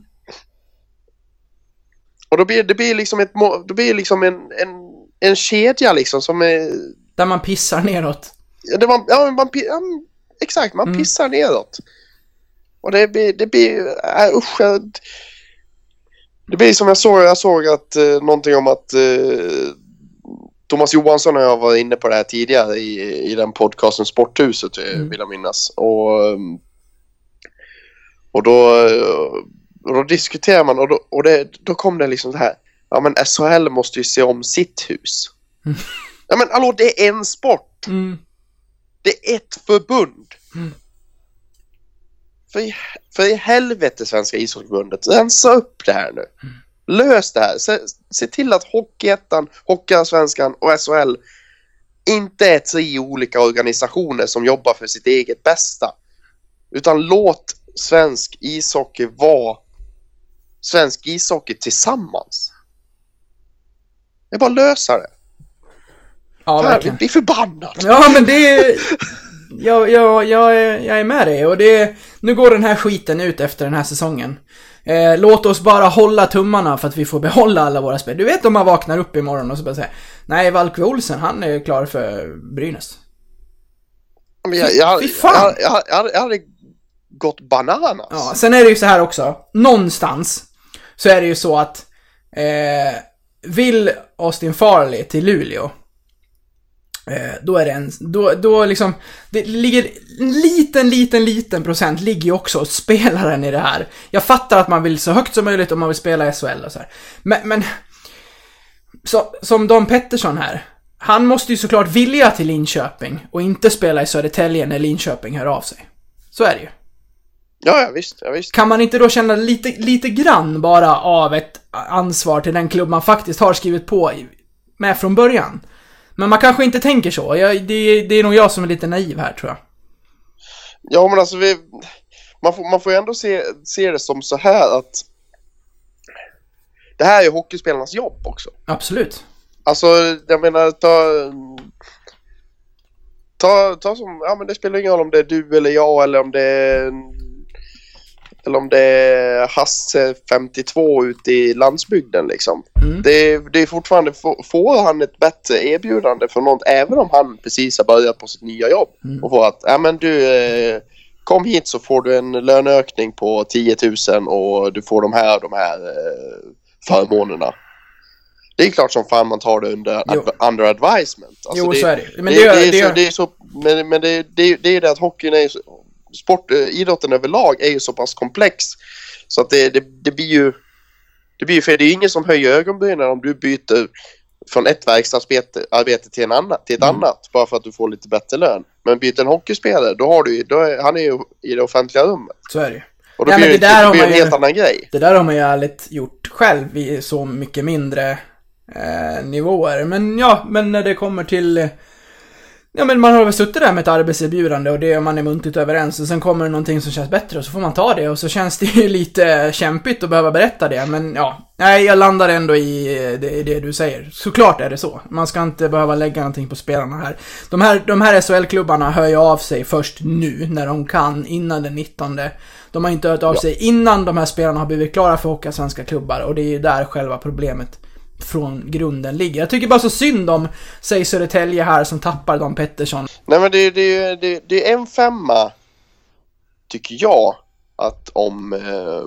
Och då blir det blir liksom, ett, då blir liksom en, en, en kedja liksom som är...
Där man pissar neråt.
Ja, det var, ja, man, ja exakt, man mm. pissar neråt. Och det blir, det blir, äh, usch, det blir som jag såg, jag såg att uh, någonting om att uh, Thomas Johansson och jag var inne på det här tidigare i, i den podcasten Sporthuset, mm. vill jag minnas. Och, och då, och då diskuterar man och, då, och det, då kom det liksom så här. Ja, men S H L måste ju se om sitt hus. Mm. Ja, men hallå, det är en sport. Mm. Det är ett förbund. Mm. För, i, för i helvete, Svenska ishockeyförbundet, rensa upp det här nu. Mm. Lös det här. Se, se till att Hockeyettan, Hockeyallsvenskan och S H L inte är tre olika organisationer som jobbar för sitt eget bästa. Utan låt svensk ishockey vara svensk ishockey tillsammans. Det är bara lösa det.
Ja, verkligen.
Bli förbannad.
Ja, men det är... Jag, jag, jag, är, jag är med dig. Och det är, nu går den här skiten ut efter den här säsongen. Eh, låt oss bara hålla tummarna för att vi får behålla alla våra spel. Du vet om man vaknar upp imorgon och så bara säger: nej, Valkve Olsen, han är klar för Brynäs.
Men jag, jag, jag, jag, jag, jag, jag hade gått bananas.
Ja, sen är det ju så här också. Någonstans så är det ju så att eh, vill Austin Farley till Luleå, eh, då är det en då, då liksom det ligger en liten, liten, liten procent ligger ju också spelaren i det här. Jag fattar att man vill så högt som möjligt om man vill spela S H L och så här. Men, men så, som Don Pettersson här, han måste ju såklart vilja till Linköping och inte spela i Södertälje när Linköping hör av sig. Så är det ju.
Ja, ja, visst, ja, visst.
Kan man inte då känna lite, lite grann bara av ett ansvar till den klubb man faktiskt har skrivit på med från början? Men man kanske inte tänker så. Jag, det, det är nog jag som är lite naiv här, tror jag.
Ja, men alltså vi, man, får, man får ju ändå se, se det som så här att det här är ju hockeyspelarnas jobb också.
Absolut.
Alltså, jag menar, ta... Ta, ta som, ja, men det spelar ingen roll om det är du eller jag eller om det är eller om det är Hasse femtiotvå ute i landsbygden liksom. Mm. Det, det är fortfarande, får han ett bättre erbjudande för något, även om han precis har börjat på sitt nya jobb. Mm. Och får att, ja men du, eh, kom hit så får du en löneökning på tio tusen och du får de här de här eh, förmånerna. Det är klart som fan man tar det under, ad, under advisement. Alltså
jo,
det,
så är det.
Men det, det, det, är, så, det är så, men, men det, det, det är det att hockeyn är så, sport, idrotten överlag är ju så pass komplex så att det, det, det blir ju det blir ju för det är ju ingen som höjer ögonbrynen om du byter från ett verkstadsarbete arbete till en annan till ett mm. annat bara för att du får lite bättre lön. Men byter en hockeyspelare, då har du då är, han är ju i det offentliga rummet.
Så är det.
Och då ja, blir det, det, det blir en helt ju, annan grej.
Det där har man ju ärligt gjort själv i så mycket mindre eh, nivåer. Men ja, men när det kommer till ja, men man har väl suttit där med ett arbetserbjudande och det man är muntligt överens och sen kommer det någonting som känns bättre och så får man ta det och så känns det ju lite kämpigt att behöva berätta det, men ja, nej, jag landar ändå i det, det du säger. Såklart är det så. Man ska inte behöva lägga någonting på spelarna här. De här, de här S H L-klubbarna hör ju av sig först nu när de kan, innan den nittonde. De har inte hört av ja. sig innan de här spelarna har blivit klara för åka svenska klubbar och det är ju där själva problemet från grunden ligger. Jag tycker bara så synd om säg Södertälje här som tappar Don Pettersson.
Nej, men det, det, det, det är en femma tycker jag att om eh,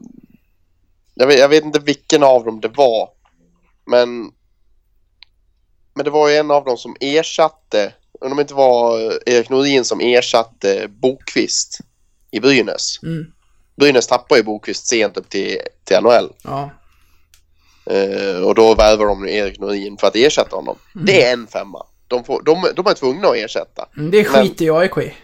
jag, vet, jag vet inte vilken av dem det var, men men det var ju en av dem som ersatte, om det inte var Erik Nordin som ersatte Bokvist i Brynäs. Mm. Brynäs tappar ju Bokvist sent upp till, till N H L. Ja. Uh, och då värvar de Erik Nordin för att ersätta honom. Mm. Det är en femma. De, får, de, de är tvungna att ersätta.
Mm, det är skit i A I K.
Ja,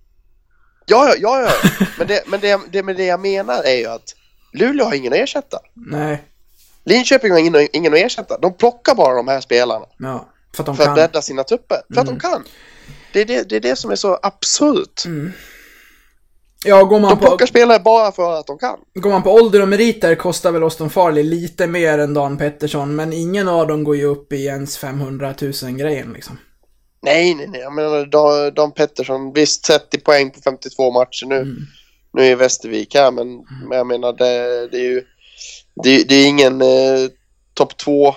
ja, ja. ja. men, det, men, det, det, men det jag menar är ju att Luleå har ingen att ersätta.
Nej.
Linköping har ingen, ingen att ersätta. De plockar bara de här spelarna.
Ja, för att de
för
kan.
För att rädda sina trupper. För mm. att de kan. Det är det, det är det som är så absurt.
Mm. Ja, går man
de plockar på, spelare bara för att de kan.
Går man på ålder och meriter kostar väl Austin Farley lite mer än Dan Pettersson, men ingen av dem går ju upp i ens femhundratusen grejen liksom.
Nej, nej, nej. Jag menar, Dan, Dan Pettersson, visst trettio poäng på femtiotvå matcher nu. Mm. Nu är Västervik här, men, mm. men jag menar, det, det är ju det, det är ingen eh, topp två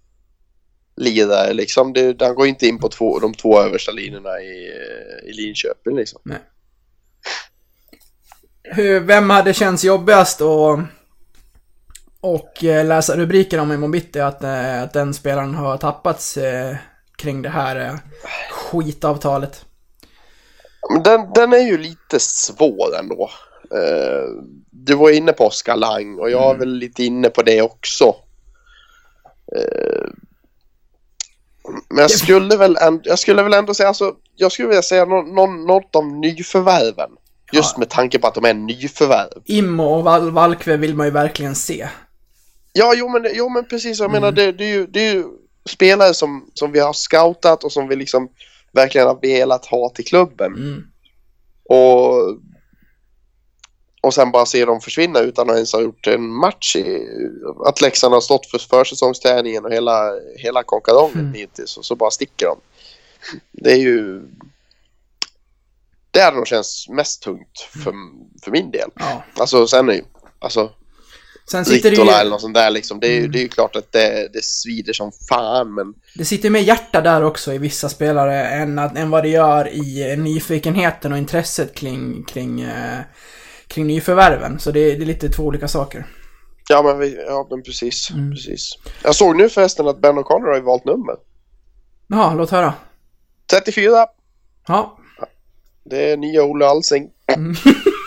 lirare liksom. Det, han går inte in på två, de två översta linjerna i, i Linköping liksom.
Nej. Hur, vem hade känts jobbigast att, och eh, läsa rubriken om imorgon bitti att, eh, att den spelaren har tappats eh, kring det här eh, skitavtalet.
Den, den är ju lite svår ändå. Uh, du var inne på Oskar Lang och jag är mm. väl lite inne på det också. Uh, men jag skulle väl ändå, jag skulle väl ändå säga alltså, jag skulle vilja säga någon, någon, något om nyförvärven. Just ja. Med tanke på att de är nyförvärv.
Immo och Val- Valkve vill man ju verkligen se.
Ja, jo men, jo, men precis. Jag mm. menar, det, det, är ju, det är ju spelare som, som vi har scoutat och som vi liksom verkligen har velat ha till klubben.
Mm.
Och, och sen bara se dem försvinna utan att ens ha gjort en match. I, att Leksand har stått för försäsongsträningen och hela, hela konkarongen mm. hittills. Och så bara sticker de. Det är ju... Det är nog känns mest tungt för, för min del.
Ja.
Alltså sen är ju... Alltså,
sen sitter det ju...
eller något sånt där liksom. Det är ju mm. det är ju klart att det, det svider som fan, men...
Det sitter med hjärta där också i vissa spelare än, att, än vad det gör i nyfikenheten och intresset kring, kring, eh, kring nyförvärven. Så det, det är lite två olika saker.
Ja, men, vi, ja, men precis,
mm.
precis. Jag såg nu förresten att Ben O'Connor har ju valt nummer.
Ja, låt höra.
trettiofyra.
Ja.
Det är nya Olle Alsing.
Mm.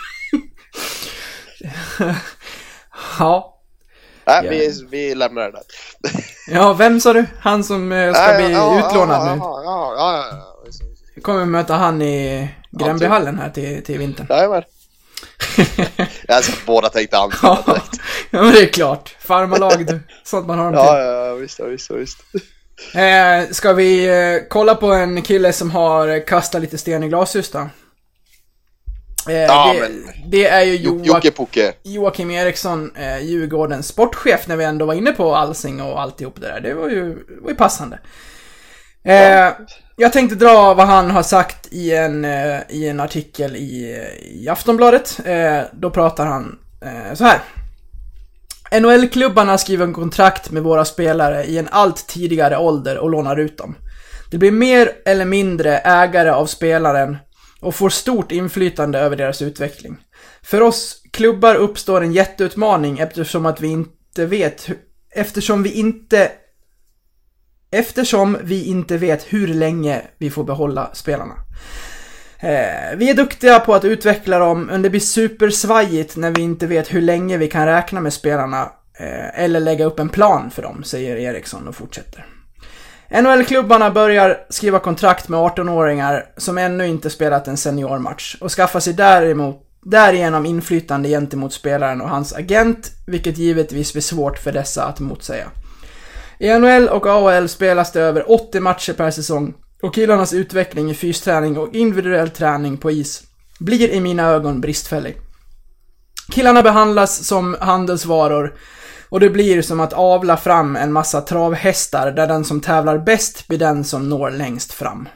Ja.
Nej, ja. vi, vi lämnar det där.
Ja, vem sa du? Han som uh, ska bli ja, utlånad
ja,
nu.
Ja, ja, ja, ja.
Vi kommer möta han i Gränbyhallen här till, till vintern.
Jajamän. Jag har sett båda tänkte ansvara direkt.
Ja, men det är klart. Farmalag, du. Sånt man har dem till.
Ja, ja, visst, visst, visst.
Eh, ska vi eh, kolla på en kille som har kastat lite sten i glashus då? Eh,
ja,
det,
men...
det är ju Joak- Joakim Eriksson, eh, Djurgårdens sportchef, när vi ändå var inne på Alsing och alltihop det där. Det var ju, var ju passande. Eh, ja. Jag tänkte dra vad han har sagt i en, eh, i en artikel i, i Aftonbladet. Eh, då pratar han eh, så här. N H L-klubbarna skriver en kontrakt med våra spelare i en allt tidigare ålder och lånar ut dem. Det blir mer eller mindre ägare av spelaren och får stort inflytande över deras utveckling. För oss klubbar uppstår en jätteutmaning eftersom att vi inte vet hur, eftersom vi inte eftersom vi inte vet hur länge vi får behålla spelarna. Eh, vi är duktiga på att utveckla dem, men det blir supersvajigt när vi inte vet hur länge vi kan räkna med spelarna eh, eller lägga upp en plan för dem, säger Eriksson och fortsätter. N H L-klubbarna börjar skriva kontrakt med arton-åringar som ännu inte spelat en seniormatch och skaffar sig däremot, därigenom inflytande gentemot spelaren och hans agent, vilket givetvis blir svårt för dessa att motsäga. I N H L och A H L spelas det över åttio matcher per säsong och killarnas utveckling i fysträning och individuell träning på is blir i mina ögon bristfällig. Killarna behandlas som handelsvaror och det blir som att avla fram en massa travhästar där den som tävlar bäst blir den som når längst fram.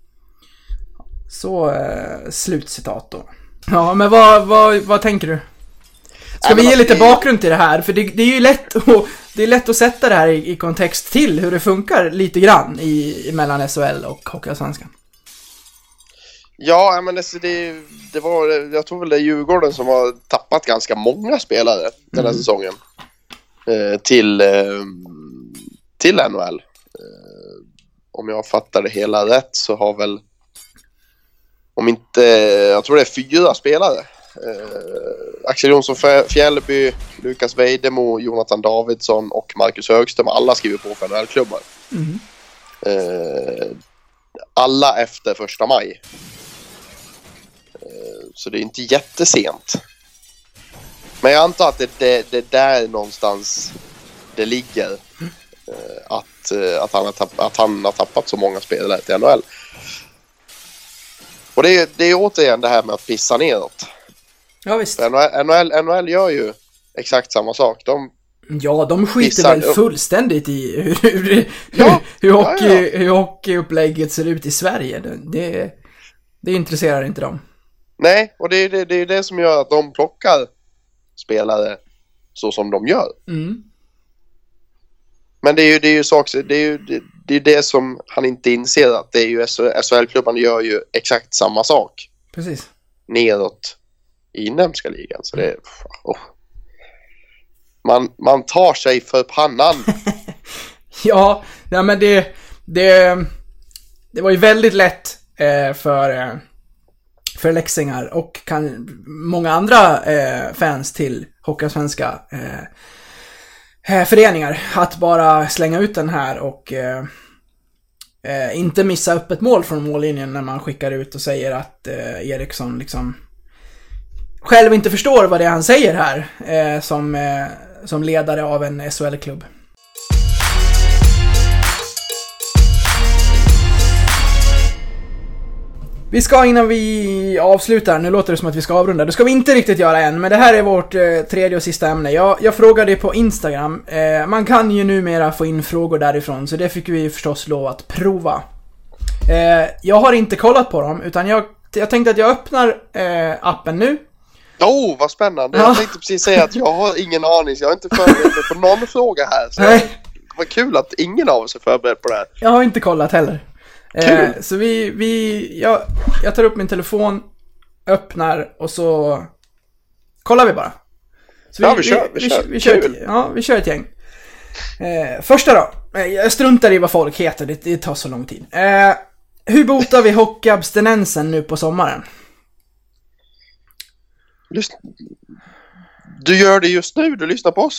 Så, eh, slutcitat då. Ja, men vad, vad, vad tänker du? Ska vi ge lite bakgrund till det här? För det, det är ju lätt att, det är lätt att sätta det här i, i kontext till hur det funkar lite grann i, mellan S H L och Hockeyallsvenskan.
Ja, men det, det, det var, jag tror väl det är Djurgården som har tappat ganska många spelare den här mm. säsongen eh, till, eh, till N H L. Eh, om jag fattar det hela rätt så har väl, om inte, jag tror det är fyra spelare. Eh, Axel Jonsson Fjällby, Lukas Vejdemo, Jonathan Davidsson och Marcus Högström, alla skriver på för N H L-klubbar.
Mm.
Eh, alla efter första maj. Eh, så det är inte jättesent. Men jag antar att det, det, det där någonstans det ligger. Eh, att, att, han har tappat, att han har tappat så många spelare till N H L. Och det är, det är återigen det här med att pissa neråt.
Ja, visst.
N H L, N H L, N H L gör ju exakt samma sak. De
ja, de skiter pissar, väl fullständigt i hur, hur,
ja,
hur, hockey,
ja, ja.
hur hockeyupplägget ser ut i Sverige. Det, det, det intresserar inte dem.
Nej, och det är det, det är det som gör att de plockar spelare så som de gör.
Mm.
Men det är ju det är ju saker, det är ju det, det är det som han inte inser, att det är ju S H L-klubbarna gör ju exakt samma sak.
Precis.
Neråt i inhemska ligan, så det är oh. Man, man tar sig för pannan.
Ja, ja, men det, det, det var ju väldigt lätt eh, för, eh, för läxingar och kan, många andra eh, fans till Hockeyallsvenska eh, föreningar att bara slänga ut den här och eh, eh, inte missa upp ett mål från mållinjen när man skickar ut och säger att eh, Eriksson liksom själv inte förstår vad det är han säger här eh, som, eh, som ledare av en S H L-klubb. Vi ska, innan vi avslutar, nu låter det som att vi ska avrunda, det ska vi inte riktigt göra än, men det här är vårt eh, tredje och sista ämne. Jag, jag frågade på Instagram, eh, man kan ju numera få in frågor därifrån, så det fick vi förstås lov att prova. Eh, jag har inte kollat på dem, utan jag, jag tänkte att jag öppnar eh, appen nu.
Oh, vad spännande.
Ja.
Jag tänkte precis säga att jag har ingen aning, jag har inte förberett mig på någon fråga här. Så
Nej.
det var kul att ingen av oss är förberedd på det här.
Jag har inte kollat heller.
Kul.
Eh, så vi, vi jag, jag tar upp min telefon, öppnar och så kollar vi bara. Så
Ja, vi kör, vi
vi,
kör.
vi, vi kör
Kul.
ett, ja, vi kör ett gäng. Eh, första då. Eh, jag struntar i vad folk heter, det, det tar så lång tid. Eh, hur botar vi hockeyabstinensen nu på sommaren?
Lyssna. Du gör det just nu, du lyssnar på oss.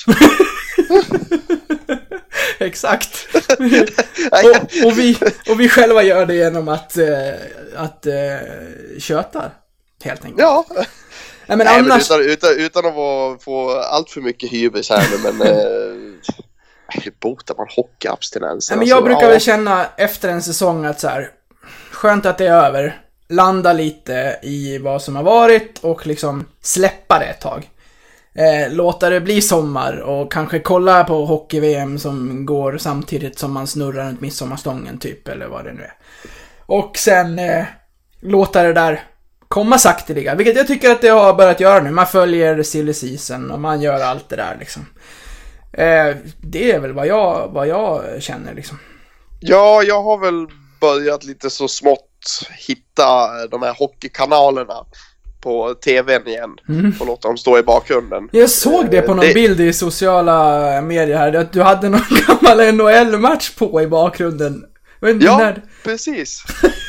Exakt. och, och, vi, och vi själva gör det genom att, eh, att eh, köta, helt enkelt.
Ja.
Nej, men
Nej,
annars...
men utan, utan, utan att få, få allt för mycket hybris här nu, men eh, hur botar man hockeyabstinensen?
Nej, men jag
alltså,
brukar
ja.
väl känna efter en säsong att så här, skönt att det är över, landa lite i vad som har varit och liksom släppa det ett tag. Eh, låta det bli sommar och kanske kolla på hockey-V M som går samtidigt som man snurrar runt midsommarstången typ, eller vad det nu är. Och sen eh, låta det där komma sakteliga, vilket jag tycker att det har börjat göra nu. Man följer silly season och man gör allt det där liksom. Eh, det är väl vad jag, vad jag känner liksom.
Ja, jag har väl börjat lite så smått hitta de här hockeykanalerna på tvn igen
Mm.
och låta dem stå i bakgrunden.
Jag såg det på någon
det...
bild i sociala medier här, att du hade någon gammal N H L-match på i bakgrunden. Men
Ja,
när...
precis.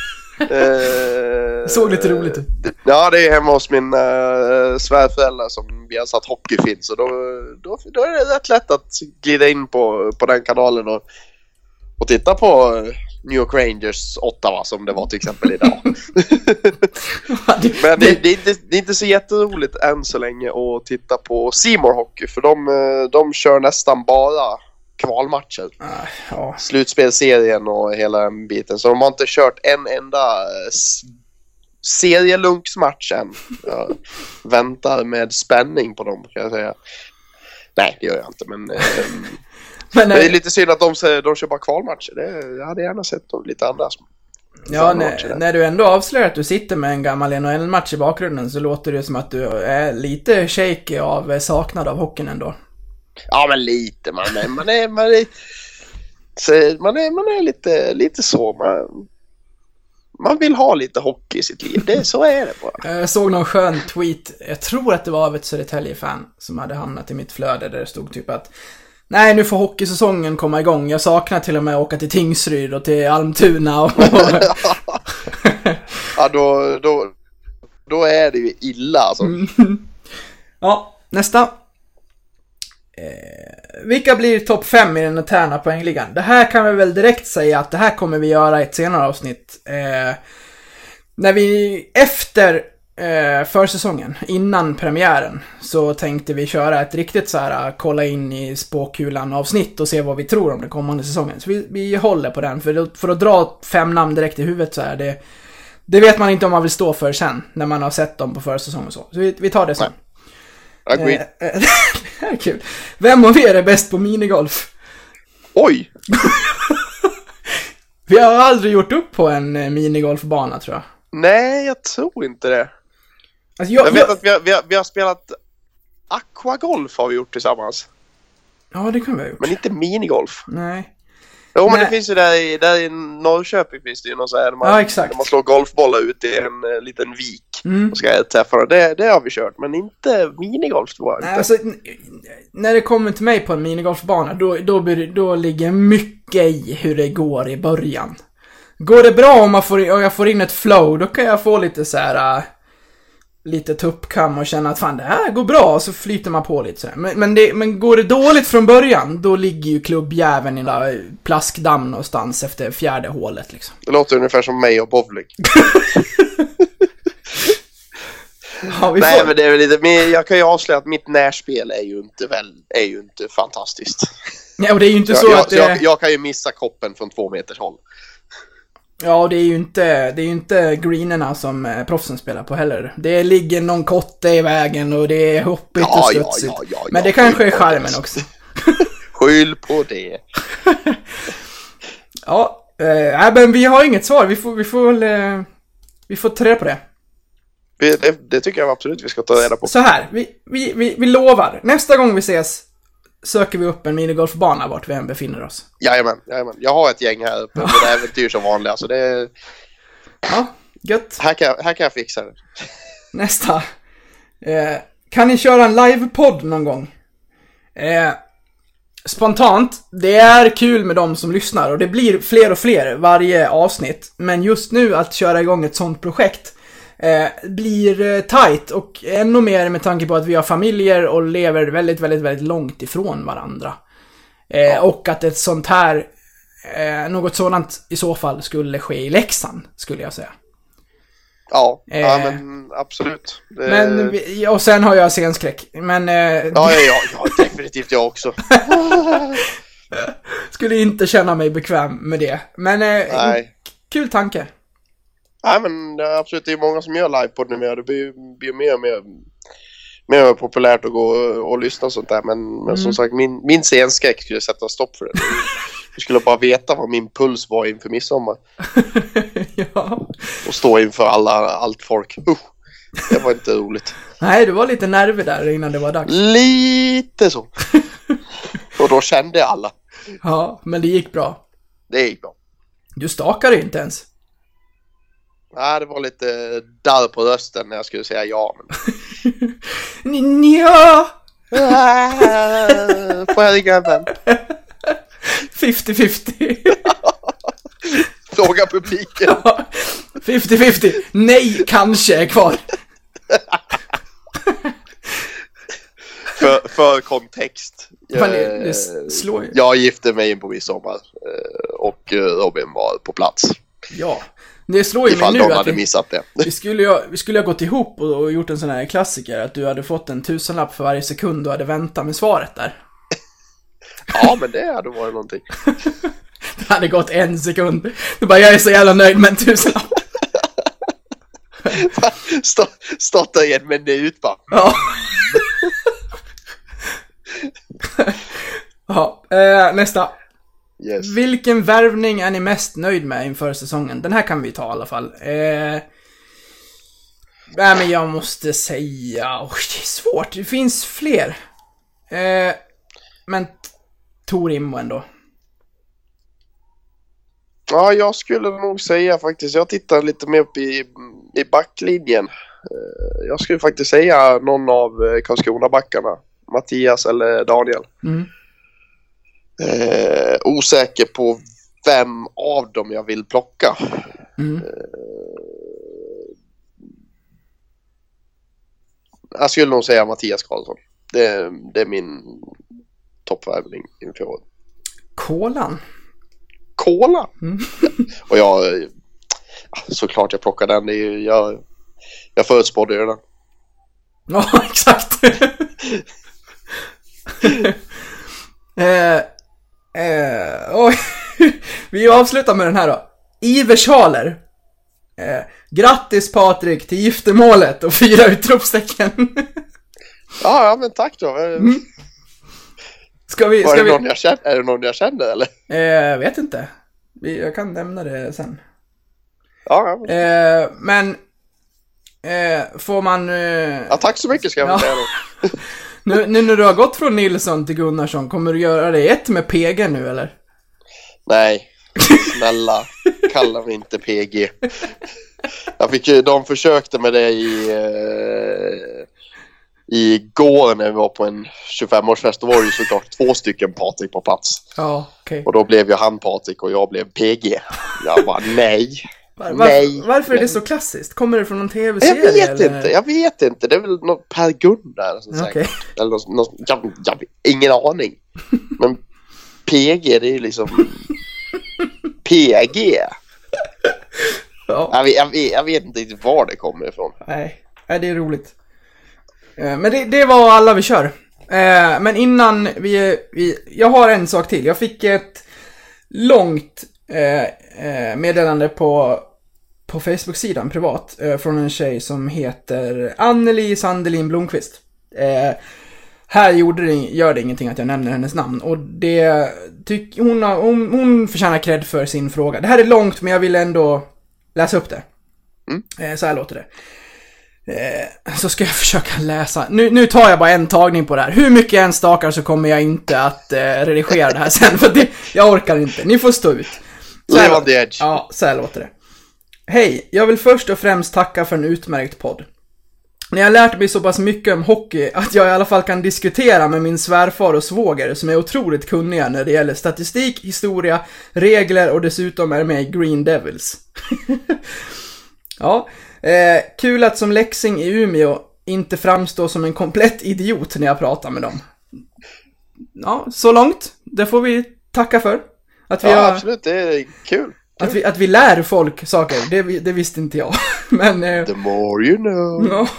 eh,
såg lite roligt ut.
Ja, det är hemma hos min uh, svärföräldrar som vi har satt hockey finns, och då, då, då är det rätt lätt att glida in på, på den kanalen och, och titta på New York Rangers Ottawa som det var till exempel idag. Men det, det, är inte, det är inte så jätteroligt än så länge att titta på C More Hockey, för de, de kör nästan bara kvalmatcher.
Ah, ja.
Slutspelserien och hela den biten. Så de har inte kört en enda s- serielunksmatch än. Jag väntar med spänning på dem, kan jag säga. Nej, det gör jag inte, men... Eh,
Men,
det är lite synd att de, de kör bara kvalmatcher. Det, jag hade gärna sett dem lite andra.
ja, när, när du ändå avslöjar att du sitter med en gammal N H L-match i bakgrunden, så låter det som att du är lite shaky av saknad av hockeyn ändå.
Ja, men lite. Man är, man är, man är, så, man är, man är lite, lite så. Man, man vill ha lite hockey i sitt liv. Det, så är det bara.
Jag såg någon skön tweet, jag tror att det var av ett Södertälje-fan som hade hamnat i mitt flöde, där det stod typ att nej, nu får hockeysäsongen komma igång. Jag saknar till och med att åka till Tingsryd och till Almtuna. Och...
ja, då, då, då är det ju illa alltså.
Mm. Ja, nästa. Eh, vilka blir topp fem i den eterna poängligan? Det här kan vi väl direkt säga att det här kommer vi göra i ett senare avsnitt. Eh, när vi efter eh, försäsongen, innan premiären, så tänkte vi köra ett riktigt så här kolla in i spåkulan avsnitt och se vad vi tror om den kommande säsongen. Så vi, vi håller på den, för, för att dra fem namn direkt i huvudet så här, det, det vet man inte om man vill stå för sen, när man har sett dem på försäsongen och så. Så vi, vi tar det sen.
Agreed.
Eh, eh, det här är kul. Vem av er är bäst på minigolf?
Oj!
Vi har aldrig gjort upp på en eh, minigolfbana, tror jag.
Nej, jag tror inte det.
Alltså, jag,
Jag vet
jag...
att vi har, vi, har, vi har spelat aquagolf har vi gjort tillsammans.
Ja, det kan vi ha gjort.
Men inte minigolf.
Nej.
Jo, men
Nej.
det finns ju där i, där i Norrköping finns det ju någon så här, där man,
Ja, exakt.
där man slår golfbollar ut i en uh, liten vik. Mm. Och ska jag träffa det, det har vi kört, men inte minigolf tror jag.
Nej, alltså, n- när det kommer till mig på en minigolfbana, då, då, blir, då ligger mycket i hur det går i början. Går det bra om, man får, om jag får in ett flow, då kan jag få lite så här... Uh, lite tuppkam och känna att fan det här går bra, och så flyter man på lite så här. Men, men, det, men går det dåligt från början, då ligger ju klubbjäveln i där plaskdamm någonstans efter fjärde hålet liksom.
Det låter ungefär som mig och bowling.
Ja, vi
Nej,
får...
men det är väl lite, men jag kan ju avslöja att mitt närspel är ju inte väl är ju inte fantastiskt.
Ja, och det är ju inte
så,
så
jag,
att det...
jag, jag kan ju missa koppen från två meters håll.
Ja, och det är ju inte det är ju inte greenerna som eh, proffsen spelar på heller. Det ligger någon kotte i vägen och det är hoppigt
Ja,
och
ja,
studsigt.
ja, ja,
Men
ja,
det kanske är
skyll på
charmen
det.
också.
Skyll på det.
Ja, eh, men vi har inget svar. Vi får vi får väl, eh, vi får ta reda på det.
Det, det, det tycker jag absolut vi ska ta reda på.
Så här, vi, vi, vi, vi lovar. Nästa gång vi ses söker vi upp en minigolfbana vart vi än befinner oss.
Jajamän, jajamän. Jag har ett gäng här uppe, men det är äventyr som vanliga, så det är...
Ja, gött.
Här kan, jag, här kan jag fixa det.
Nästa. Eh, kan ni köra en livepodd någon gång? Eh, spontant, det är kul med de som lyssnar och det blir fler och fler varje avsnitt. Men just nu att köra igång ett sånt projekt eh, blir eh, tight, och ännu mer med tanke på att vi har familjer och lever väldigt, väldigt, väldigt långt ifrån varandra. Eh, ja. Och att ett sånt här, eh, något sådant i så fall skulle ske i Leksand, skulle jag säga.
Ja,
Eh,
ja men absolut. Det...
Men, vi- och sen har jag scenskräck. Men eh,
Ja, ja, ja, ja, definitivt jag också.
skulle inte känna mig bekväm med det. Men eh,
Nej.
kul tanke.
Nej, men det är absolut, det är många som gör livepodd nu, det blir, blir mer och mer, mer populärt att gå och, och lyssna och sånt där. Men, men
Mm.
som sagt, min, min scenskräck skulle sätta stopp för det. Jag skulle bara veta vad min puls var inför midsommar.
Ja.
Och stå inför alla, allt folk. Uh, det var inte roligt.
Nej, du var lite nervig där innan det var dags.
Lite så. Och då kände alla.
Ja, men det gick bra.
Det gick bra.
Du stakade ju inte ens.
Nej, det var lite darr på rösten när jag skulle säga ja. Men...
Nja.
Får jag ringa en vän?
femtio femtio.
Fråga publiken.
femtio femtio. Nej, kanske är kvar.
för, för kontext.
Fan, det, det slår ju.
Jag gifte mig in på midsommar och Robin var på plats.
Ja, det slår ju mig
Ifall
nu
någon
att
hade
vi,
missat det.
vi, skulle ju, vi skulle ha gått ihop och, och gjort en sån här klassiker, att du hade fått en tusenlapp för varje sekund du hade väntat med svaret där.
Ja, men det hade varit någonting.
Det hade gått en sekund. Du bara, jag är så jävla nöjd med en tusenlapp.
Stå, stått där i en minut bara.
Ja. Ja, eh, nästa.
Yes.
Vilken värvning är ni mest nöjd med inför säsongen? Den här kan vi ta i alla fall. Eh, nej, men jag måste säga... Oh, det är svårt, det finns fler. Eh, men Torimo ändå.
Ja, jag skulle nog säga faktiskt, jag tittar lite mer upp i, i backlinjen. Jag skulle faktiskt säga någon av Karlskrona-backarna. Mattias eller Daniel.
Mm.
Eh, osäker på vem av dem jag vill plocka.
Mm.
Eh, jag skulle nog säga Mattias Karlsson. Det, det är min toppvärvning inför år.
Kolan.
Kola.
Mm.
Och jag, såklart jag plockar den. Det är ju, jag, jag förutspådde ju den.
Ja, exakt. eh, eh, oj. Vi avslutar med den här då. Iver Schaler. Eh, grattis Patrik till giftermålet och fyra utropstecken.
Ja, ja, men tack då.
Mm. Ska vi,
Var
ska
det
vi...
någon jag känner, är det någon jag känner eller?
Eh, vet inte. Vi, jag kan nämna det sen.
Ja, ja.
Eh, men eh, får man... Eh,
ja, tack så mycket ska jag
ja.
säga då.
nu, nu när du har gått från Nilsson till Gunnarsson, kommer du göra det ett med P G nu eller?
Nej, snälla. kallar mig inte P G. Jag fick ju, de försökte med det i eh, igår när vi var på en tjugofem-årsfest. Då var det ju såklart två stycken Patrik på plats.
Ja, okej. Okay.
Och då blev ju han Patrik och jag blev P G. Jag bara nej.
Var,
nej.
Varför, varför är det så klassiskt? Kommer det från någon tv-serie?
Jag vet
eller?
inte, jag vet inte. Det är väl något Per Gunnar som
okay.
säkert. Eller något, något, jag, jag, ingen aning. Men P G, det är ju liksom P G.
Ja.
Jag, vet, jag, vet, jag vet inte riktigt var det kommer ifrån.
Nej, Nej det är roligt. Men det, det var alla vi kör. Men innan vi, vi... Jag har en sak till. Jag fick ett långt meddelande på, på Facebook-sidan privat från en tjej som heter Anneli Sandelin Blomqvist. Här gjorde det, gör det ingenting att jag nämner hennes namn. Och det tyck, hon, har, hon, hon förtjänar cred för sin fråga. Det här är långt, men jag vill ändå läsa upp det. Mm. Så här låter det. Så ska jag försöka läsa. Nu, nu tar jag bara en tagning på det här. Hur mycket jag än stakar så kommer jag inte att eh, redigera det här sen. För det, jag orkar inte. Ni får stå ut. Så här, låter, ja, så här låter det. Hej, jag vill först och främst tacka för en utmärkt podd. Ni har lärt mig så pass mycket om hockey att jag i alla fall kan diskutera med min svärfar och svåger som är otroligt kunniga när det gäller statistik, historia, regler och dessutom är med i Green Devils. Ja, eh, kul att som läxing i Umeå inte framstå som en komplett idiot när jag pratar med dem. Ja, så långt. Det får vi tacka för. Att vi
ja,
har...
absolut. Det är kul.
Att vi, att vi lär folk saker, det, det visste inte jag. Men, eh,
the more you know.
Ja.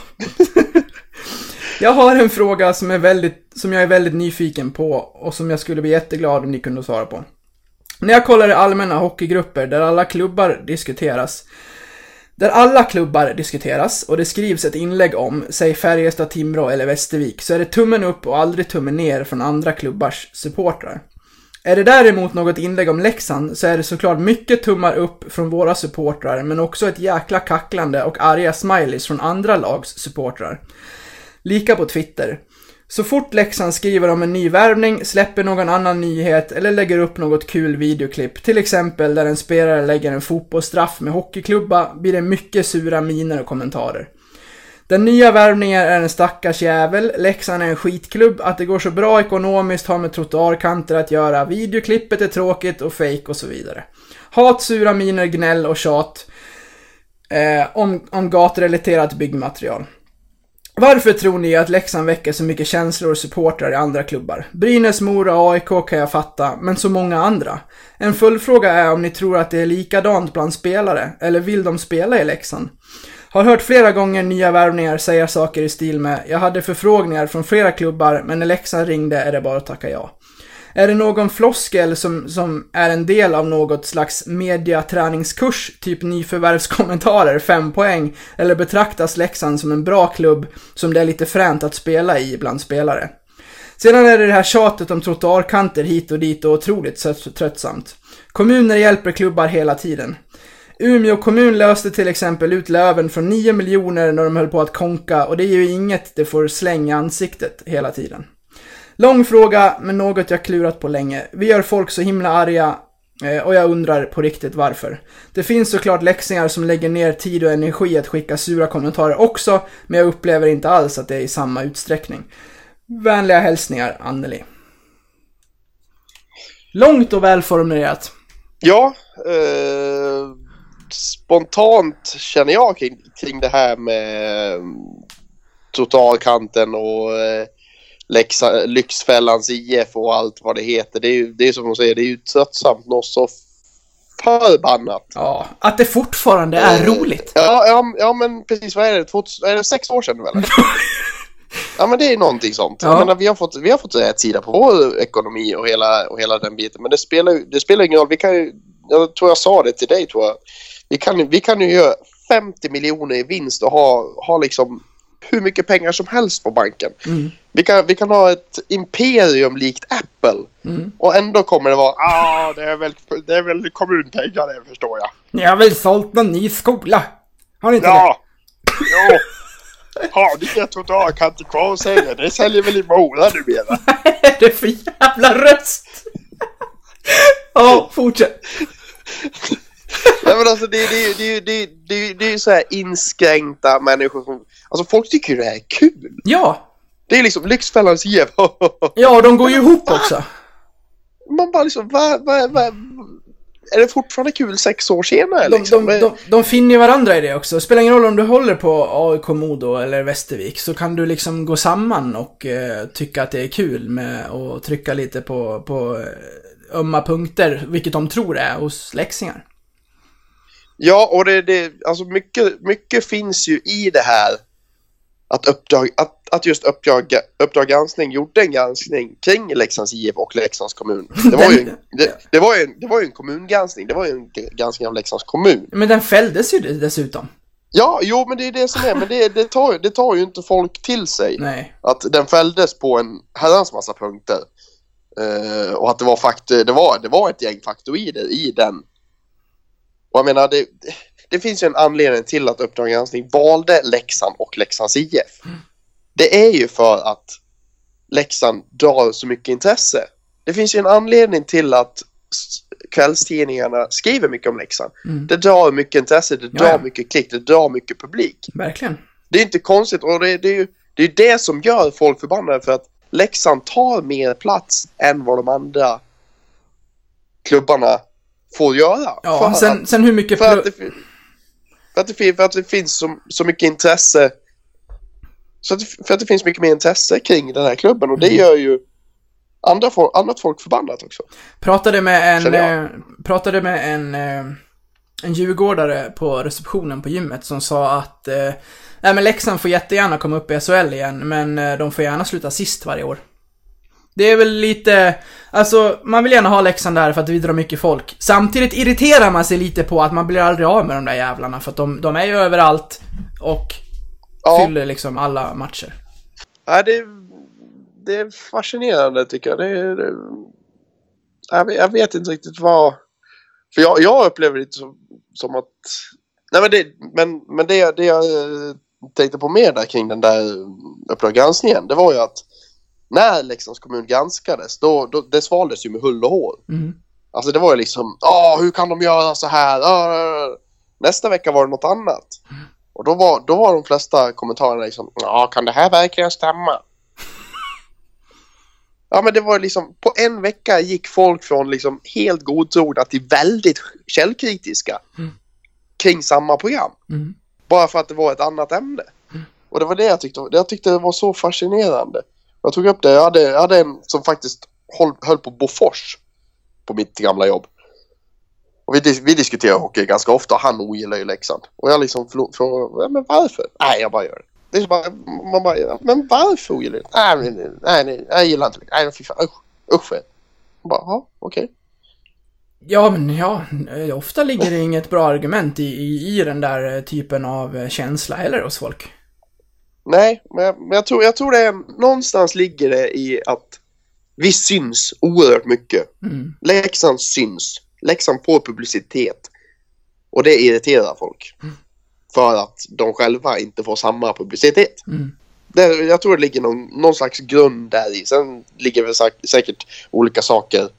Jag har en fråga som, är väldigt, som jag är väldigt nyfiken på och som jag skulle bli jätteglad om ni kunde svara på. När jag kollar i allmänna hockeygrupper där alla klubbar diskuteras, där alla klubbar diskuteras och det skrivs ett inlägg om, säg Färjestad, Timrå eller Västervik, så är det tummen upp och aldrig tummen ner från andra klubbars supportrar. Är det däremot något inlägg om Leksand så är det såklart mycket tummar upp från våra supportrar, men också ett jäkla kacklande och arga smileys från andra lags supportrar. Lika på Twitter. Så fort Leksand skriver om en ny värvning, släpper någon annan nyhet eller lägger upp något kul videoklipp, till exempel där en spelare lägger en fotbollsstraff med hockeyklubba, blir det mycket sura miner och kommentarer. Den nya värvningen är en stackars jävel, Leksand är en skitklubb, att det går så bra ekonomiskt har med trottoarkanter att göra, videoklippet är tråkigt och fake och så vidare. Hat, sura miner, gnäll och tjat eh, om, om gatrelaterat byggmaterial. Varför tror ni att Leksand väcker så mycket känslor och supportrar i andra klubbar? Brynäs, Mora, A I K kan jag fatta, men så många andra. En fullfråga är om ni tror att det är likadant bland spelare, eller vill de spela i Leksand? Har hört flera gånger nya värvningar säga saker i stil med jag hade förfrågningar från flera klubbar, men när Leksand ringde är det bara att tacka ja. Är det någon floskel som, som är en del av något slags mediaträningskurs, typ nyförvärvskommentarer, fem poäng, eller betraktas Leksand som en bra klubb som det är lite fränt att spela i bland spelare? Sedan är det det här tjatet om trottoarkanter hit och dit och otroligt tröttsamt. Kommuner hjälper klubbar hela tiden. Umeå kommun löste till exempel ut Löven från nio miljoner när de höll på att konka, och det är ju inget det får slänga i ansiktet hela tiden. Lång fråga, men något jag klurat på länge. Vi gör folk så himla arga och jag undrar på riktigt varför. Det finns såklart läxingar som lägger ner tid och energi att skicka sura kommentarer också, men jag upplever inte alls att det är i samma utsträckning. Vänliga hälsningar, Anneli. Långt och välformulerat.
Ja, eh, spontant känner jag kring, kring det här med totalkanten och eh, Lexa, Lyxfällans I F och allt vad det heter. Det är ju det är som hon säger, det är ju tröttsamt något så förbannat.
Ja, att det fortfarande är eh, roligt.
Ja, ja, ja, men precis, vad är det? Två, är det sex år sedan väl? Ja, men det är någonting sånt. Ja. Jag menar, vi har fått vi har fått rätt sida på vår ekonomi och hela och hela den biten, men det spelar det spelar ingen roll. Vi kan ju, jag tror jag sa det till dig, tror jag. Vi kan vi kan ju göra femtio miljoner i vinst och ha ha liksom hur mycket pengar som helst på banken. Mm. Vi kan vi kan ha ett imperium likt Apple. Mm. Och ändå kommer det vara ah, det är väl det är väl kommunpengar, det förstår jag.
Ni har väl sålt någon ny skola? Har ni inte
ja. det? Jo. Har ni inga totalkanter kvar och säger det säljer väl i Mora nu mera.
Vad är det för jävla röst? Ja, fortsätt.
Nej, men alltså det, det, det, det, det, det är ju så här inskränkta människor som... Alltså folk tycker ju det här är kul.
Ja.
Det är liksom Lyxfällans I F.
Ja, de går ju ihop också.
Man bara liksom, vad, vad, vad, är det fortfarande kul sex år senare?
De,
Liksom?
de, de, de finner ju varandra i det också. Det spelar ingen roll om du håller på A I K Modo eller Västervik, så kan du liksom gå samman och eh, tycka att det är kul med att trycka lite på, på ömma punkter, vilket de tror är hos läxingar.
Ja, och det, det alltså mycket, mycket finns ju i det här att, uppdrag, att, att just uppdrag, uppdrag granskning gjorde en granskning kring Leksands I F och Leksands kommun. Det var ju en, det, det var ju en, det var ju en kommungranskning. Det var ju en granskning av Leksands kommun.
Men den fälldes ju dessutom.
Ja, jo, men det är det som är. Men det, det, tar, det tar ju inte folk till sig.
Nej.
Att den fälldes på en herrans massa punkter. Uh, och att det var, fakt, det, var, det var ett gäng faktoider i den. Och jag menar, det, det finns ju en anledning till att Uppdrag granskning valde Leksand och Leksands I F. Mm. Det är ju för att Leksand drar så mycket intresse. Det finns ju en anledning till att kvällstidningarna skriver mycket om Leksand. Mm. Det drar mycket intresse, det drar ja. mycket klick, det drar mycket publik.
Verkligen.
Det är inte konstigt, och det, det är ju det, är det som gör folk förbannade, för att Leksand tar mer plats än vad de andra klubbarna får göra.
Ja, sen, att, sen hur mycket...
För, pl- att, det, för, att, det, för att det finns så, så mycket intresse, så att det, för att det finns mycket mer intresse kring den här klubben, och det gör ju andra folk, annat folk förbannat också.
Pratade med en, eh, pratade med en, eh, en djurgårdare på receptionen på gymmet som sa att eh, nej, men Leksand får jättegärna komma upp i S H L igen, men eh, de får gärna sluta sist varje år. Det är väl lite, alltså man vill gärna ha Leksand där för att vi drar mycket folk. Samtidigt irriterar man sig lite på att man blir aldrig av med de där jävlarna, för att de, de är ju överallt och ja. fyller liksom alla matcher.
Ja, det, det är fascinerande tycker jag. Det, det, jag, jag vet inte riktigt vad, för jag, jag upplever det som, som att nej men det, men, men det, det jag tänkte på mer där kring den där uppdraggranskningen, det var ju att när Leksands kommun granskades, då, då, det svaldes ju med hull och hår. Mm. Alltså det var ju liksom, ja hur kan de göra så här? Åh, nästa vecka var det något annat. Mm. Och då var, då var de flesta kommentarerna liksom, ja kan det här verkligen stämma? Ja men det var liksom, på en vecka gick folk från liksom helt godtrogna till väldigt källkritiska mm. kring samma program. Mm. Bara för att det var ett annat ämne. Mm. Och det var det jag tyckte, jag tyckte det var så fascinerande. Jag tog upp det, jag hade, jag hade en som faktiskt höll, höll på Bofors på mitt gamla jobb. Och vi, vi diskuterar hockey ganska ofta, han ogillar ju Leksand. Och jag liksom frågade, men varför? Nej, jag bara gör det. Det är så bara, man bara, men varför ogillar du? Nej, nej, nej, nej, jag gillar inte. Nej, fy fan, usch, usch. Jag bara, ja, okej. Okay.
Ja, men ja, ofta ligger det inget bra argument i, i, i den där typen av känsla heller hos folk.
Nej, men jag, men jag tror, jag tror det är, någonstans ligger det i att vi syns oerhört mycket. Mm. Leksand syns. Leksand får publicitet. Och det irriterar folk. Mm. För att de själva inte får samma publicitet. Mm. Det, jag tror det ligger någon, någon slags grund där i. Sen ligger det säkert, säkert olika saker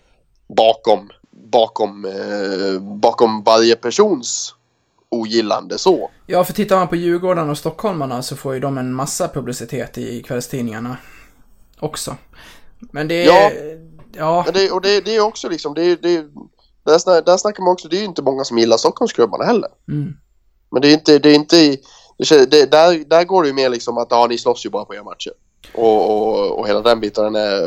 bakom, bakom, eh, bakom varje persons ogillande så.
Ja, för tittar man på Djurgården och Stockholmarna så får ju de en massa publicitet i kvällstidningarna också. Men det är...
Ja,
ja.
Men det, och det, det är också liksom... Det, det, där, snackar, där snackar man också... Det är ju inte många som gillar Stockholmsklubbarna heller. Mm. Men det är inte... Det är inte det, där, där går det ju mer liksom att ja, ni slåss ju bara på era matcher. Och, och, och hela den biten är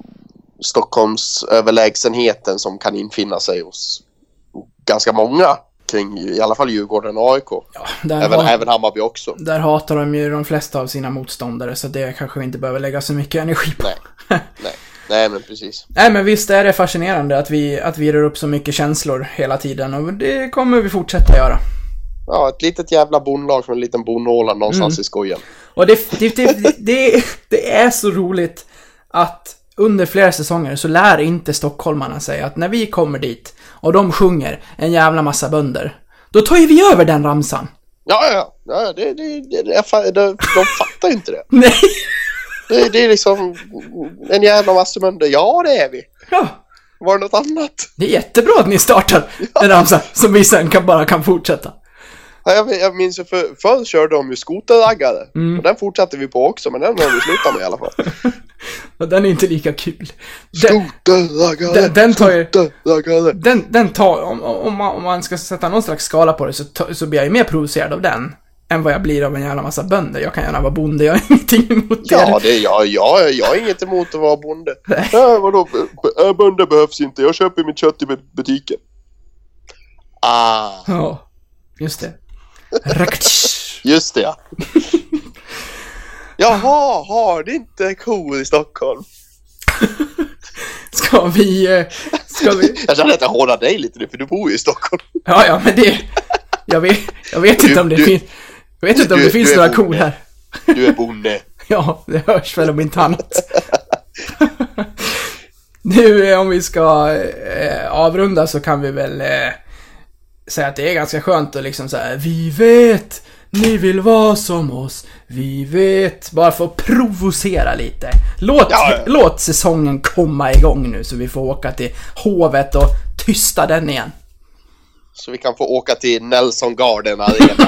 Stockholms överlägsenheten som kan infinna sig hos ganska många kring i alla fall Djurgården och A I K. Ja, även, hat, även Hammarby också.
Där hatar de ju de flesta av sina motståndare, så det kanske vi inte behöver lägga så mycket energi på.
Nej, nej, nej men precis.
Nej, men visst är det fascinerande att vi, att vi rör upp så mycket känslor hela tiden, och det kommer vi fortsätta göra.
Ja, ett litet jävla bondlag från en liten bondåla någonstans mm. i skogen.
Och det, det, det, det, det är så roligt att under flera säsonger så lär inte stockholmarna sig att när vi kommer dit och de sjunger en jävla massa bönder, då tar ju vi över den ramsan.
Ja, ja, ja det, det, det, det, de, de fattar ju inte det.
Nej.
Det, det är liksom en jävla massa bönder, ja det är vi.
Ja.
Var det något annat?
Det är jättebra att ni startar en ramsa som vi sen kan, bara kan fortsätta.
Ja, jag, jag minns ju för, förr körde de ju skoterraggare.
Mm.
Och den fortsatte vi på också, men den har vi slutat med i alla fall.
Och den är inte lika kul. Den,
Skoterraggare,
den, den tar ju...
skoterraggare.
Den, den tar... Om, om, man, om man ska sätta någon slags skala på det så, ta, så blir jag ju mer provocerad av den än vad jag blir av en jävla massa bönder. Jag kan gärna vara bonde, jag har ingenting emot det.
Ja, det är jag. Jag, jag har inget emot att vara bonde.
Nej.
Ja, vadå? B- bönder behövs inte. Jag köper mitt kött i butiken. Ah,
Ja, just det. Raktsch.
just det, ja. Jaha, har det inte kor i Stockholm?
Ska vi... eh, Ska vi...
Jag känner att jag hårdar dig lite nu, för du bor ju i Stockholm.
Ja, ja, men det... Jag vet, jag vet inte
Du-
om det
du-
finns... Jag vet inte om
du-
det finns
du är
några
bonde.
kor här.
Du är bonde.
Ja, det hörs väl om inte annat. Nu, eh, om vi ska eh, avrunda så kan vi väl eh, säga att det är ganska skönt att liksom säga vi vet, ni vill vara som oss, vi vet, bara för att provocera lite. Låt,
Ja, ja.
låt säsongen komma igång nu så vi får åka till Hovet och tysta den igen.
Så vi kan få åka till Nelson Garden Arena.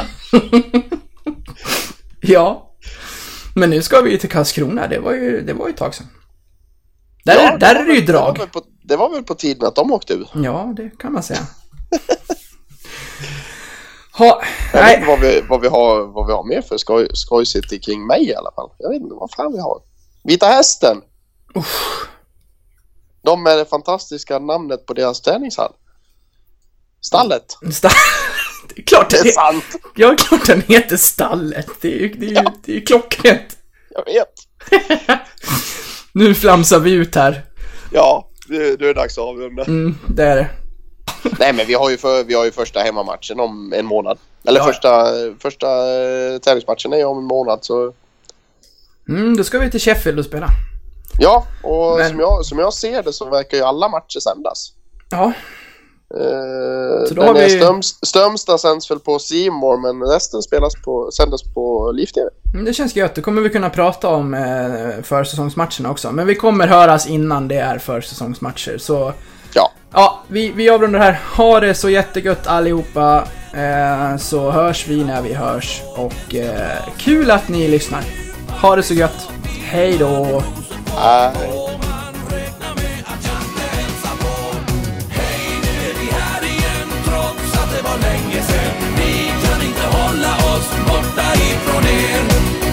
Ja, men nu ska vi ju till Karlskrona, det var ju, det var ju ett tag sedan. Där,
Ja,
är, där
var
är det ju
väl- Det var,
drag.
väl på, det var väl på tiden att de åkte ur.
Ja, det kan man säga. Ha,
Jag vet inte
nej,
vad vi, vad vi har, vad vi har mer för skoj, skojcity kring mig i alla fall. Jag vet inte vad fan vi har. Vita Hästen. De med det fantastiska namnet på deras träningshall. Stallet.
sta- det är klart
Det
att
är
det,
sant.
ja, klart den heter Stallet. Det är ju, det är ju,
Ja.
det är ju klockrent.
Jag vet.
Nu flamsar vi ut här.
Ja, det, det är dags att avrunda.
Mm, det är det.
Nej, men vi har ju för, vi har ju första hemmamatchen om en månad. Eller
Ja.
första, första eh, tävlingsmatchen är ju om en månad. Så
Mm, då ska vi till Sheffield och spela.
ja, och
Men-
som, jag, som jag ser det så verkar ju alla matcher sändas.
Ja,
Eh,
Så då
den
har
är
vi-
Ströms, Strömstad sänds väl på C More, men resten spelas på, sändas på Liv-T V.
mm, det känns gött. Då kommer vi kunna prata om eh, försäsongsmatcherna också. Men vi kommer höras innan det är försäsongsmatcher. Så
Ja,
ja, vi, vi avrundar här. Ha det så jättegött allihopa. Eh, så hörs vi när vi hörs. Och eh, kul att ni lyssnar. Ha det så gött. Hej då!
äh,
Trots att det var länge sedan. Vi kan inte hålla oss borta ifrån er.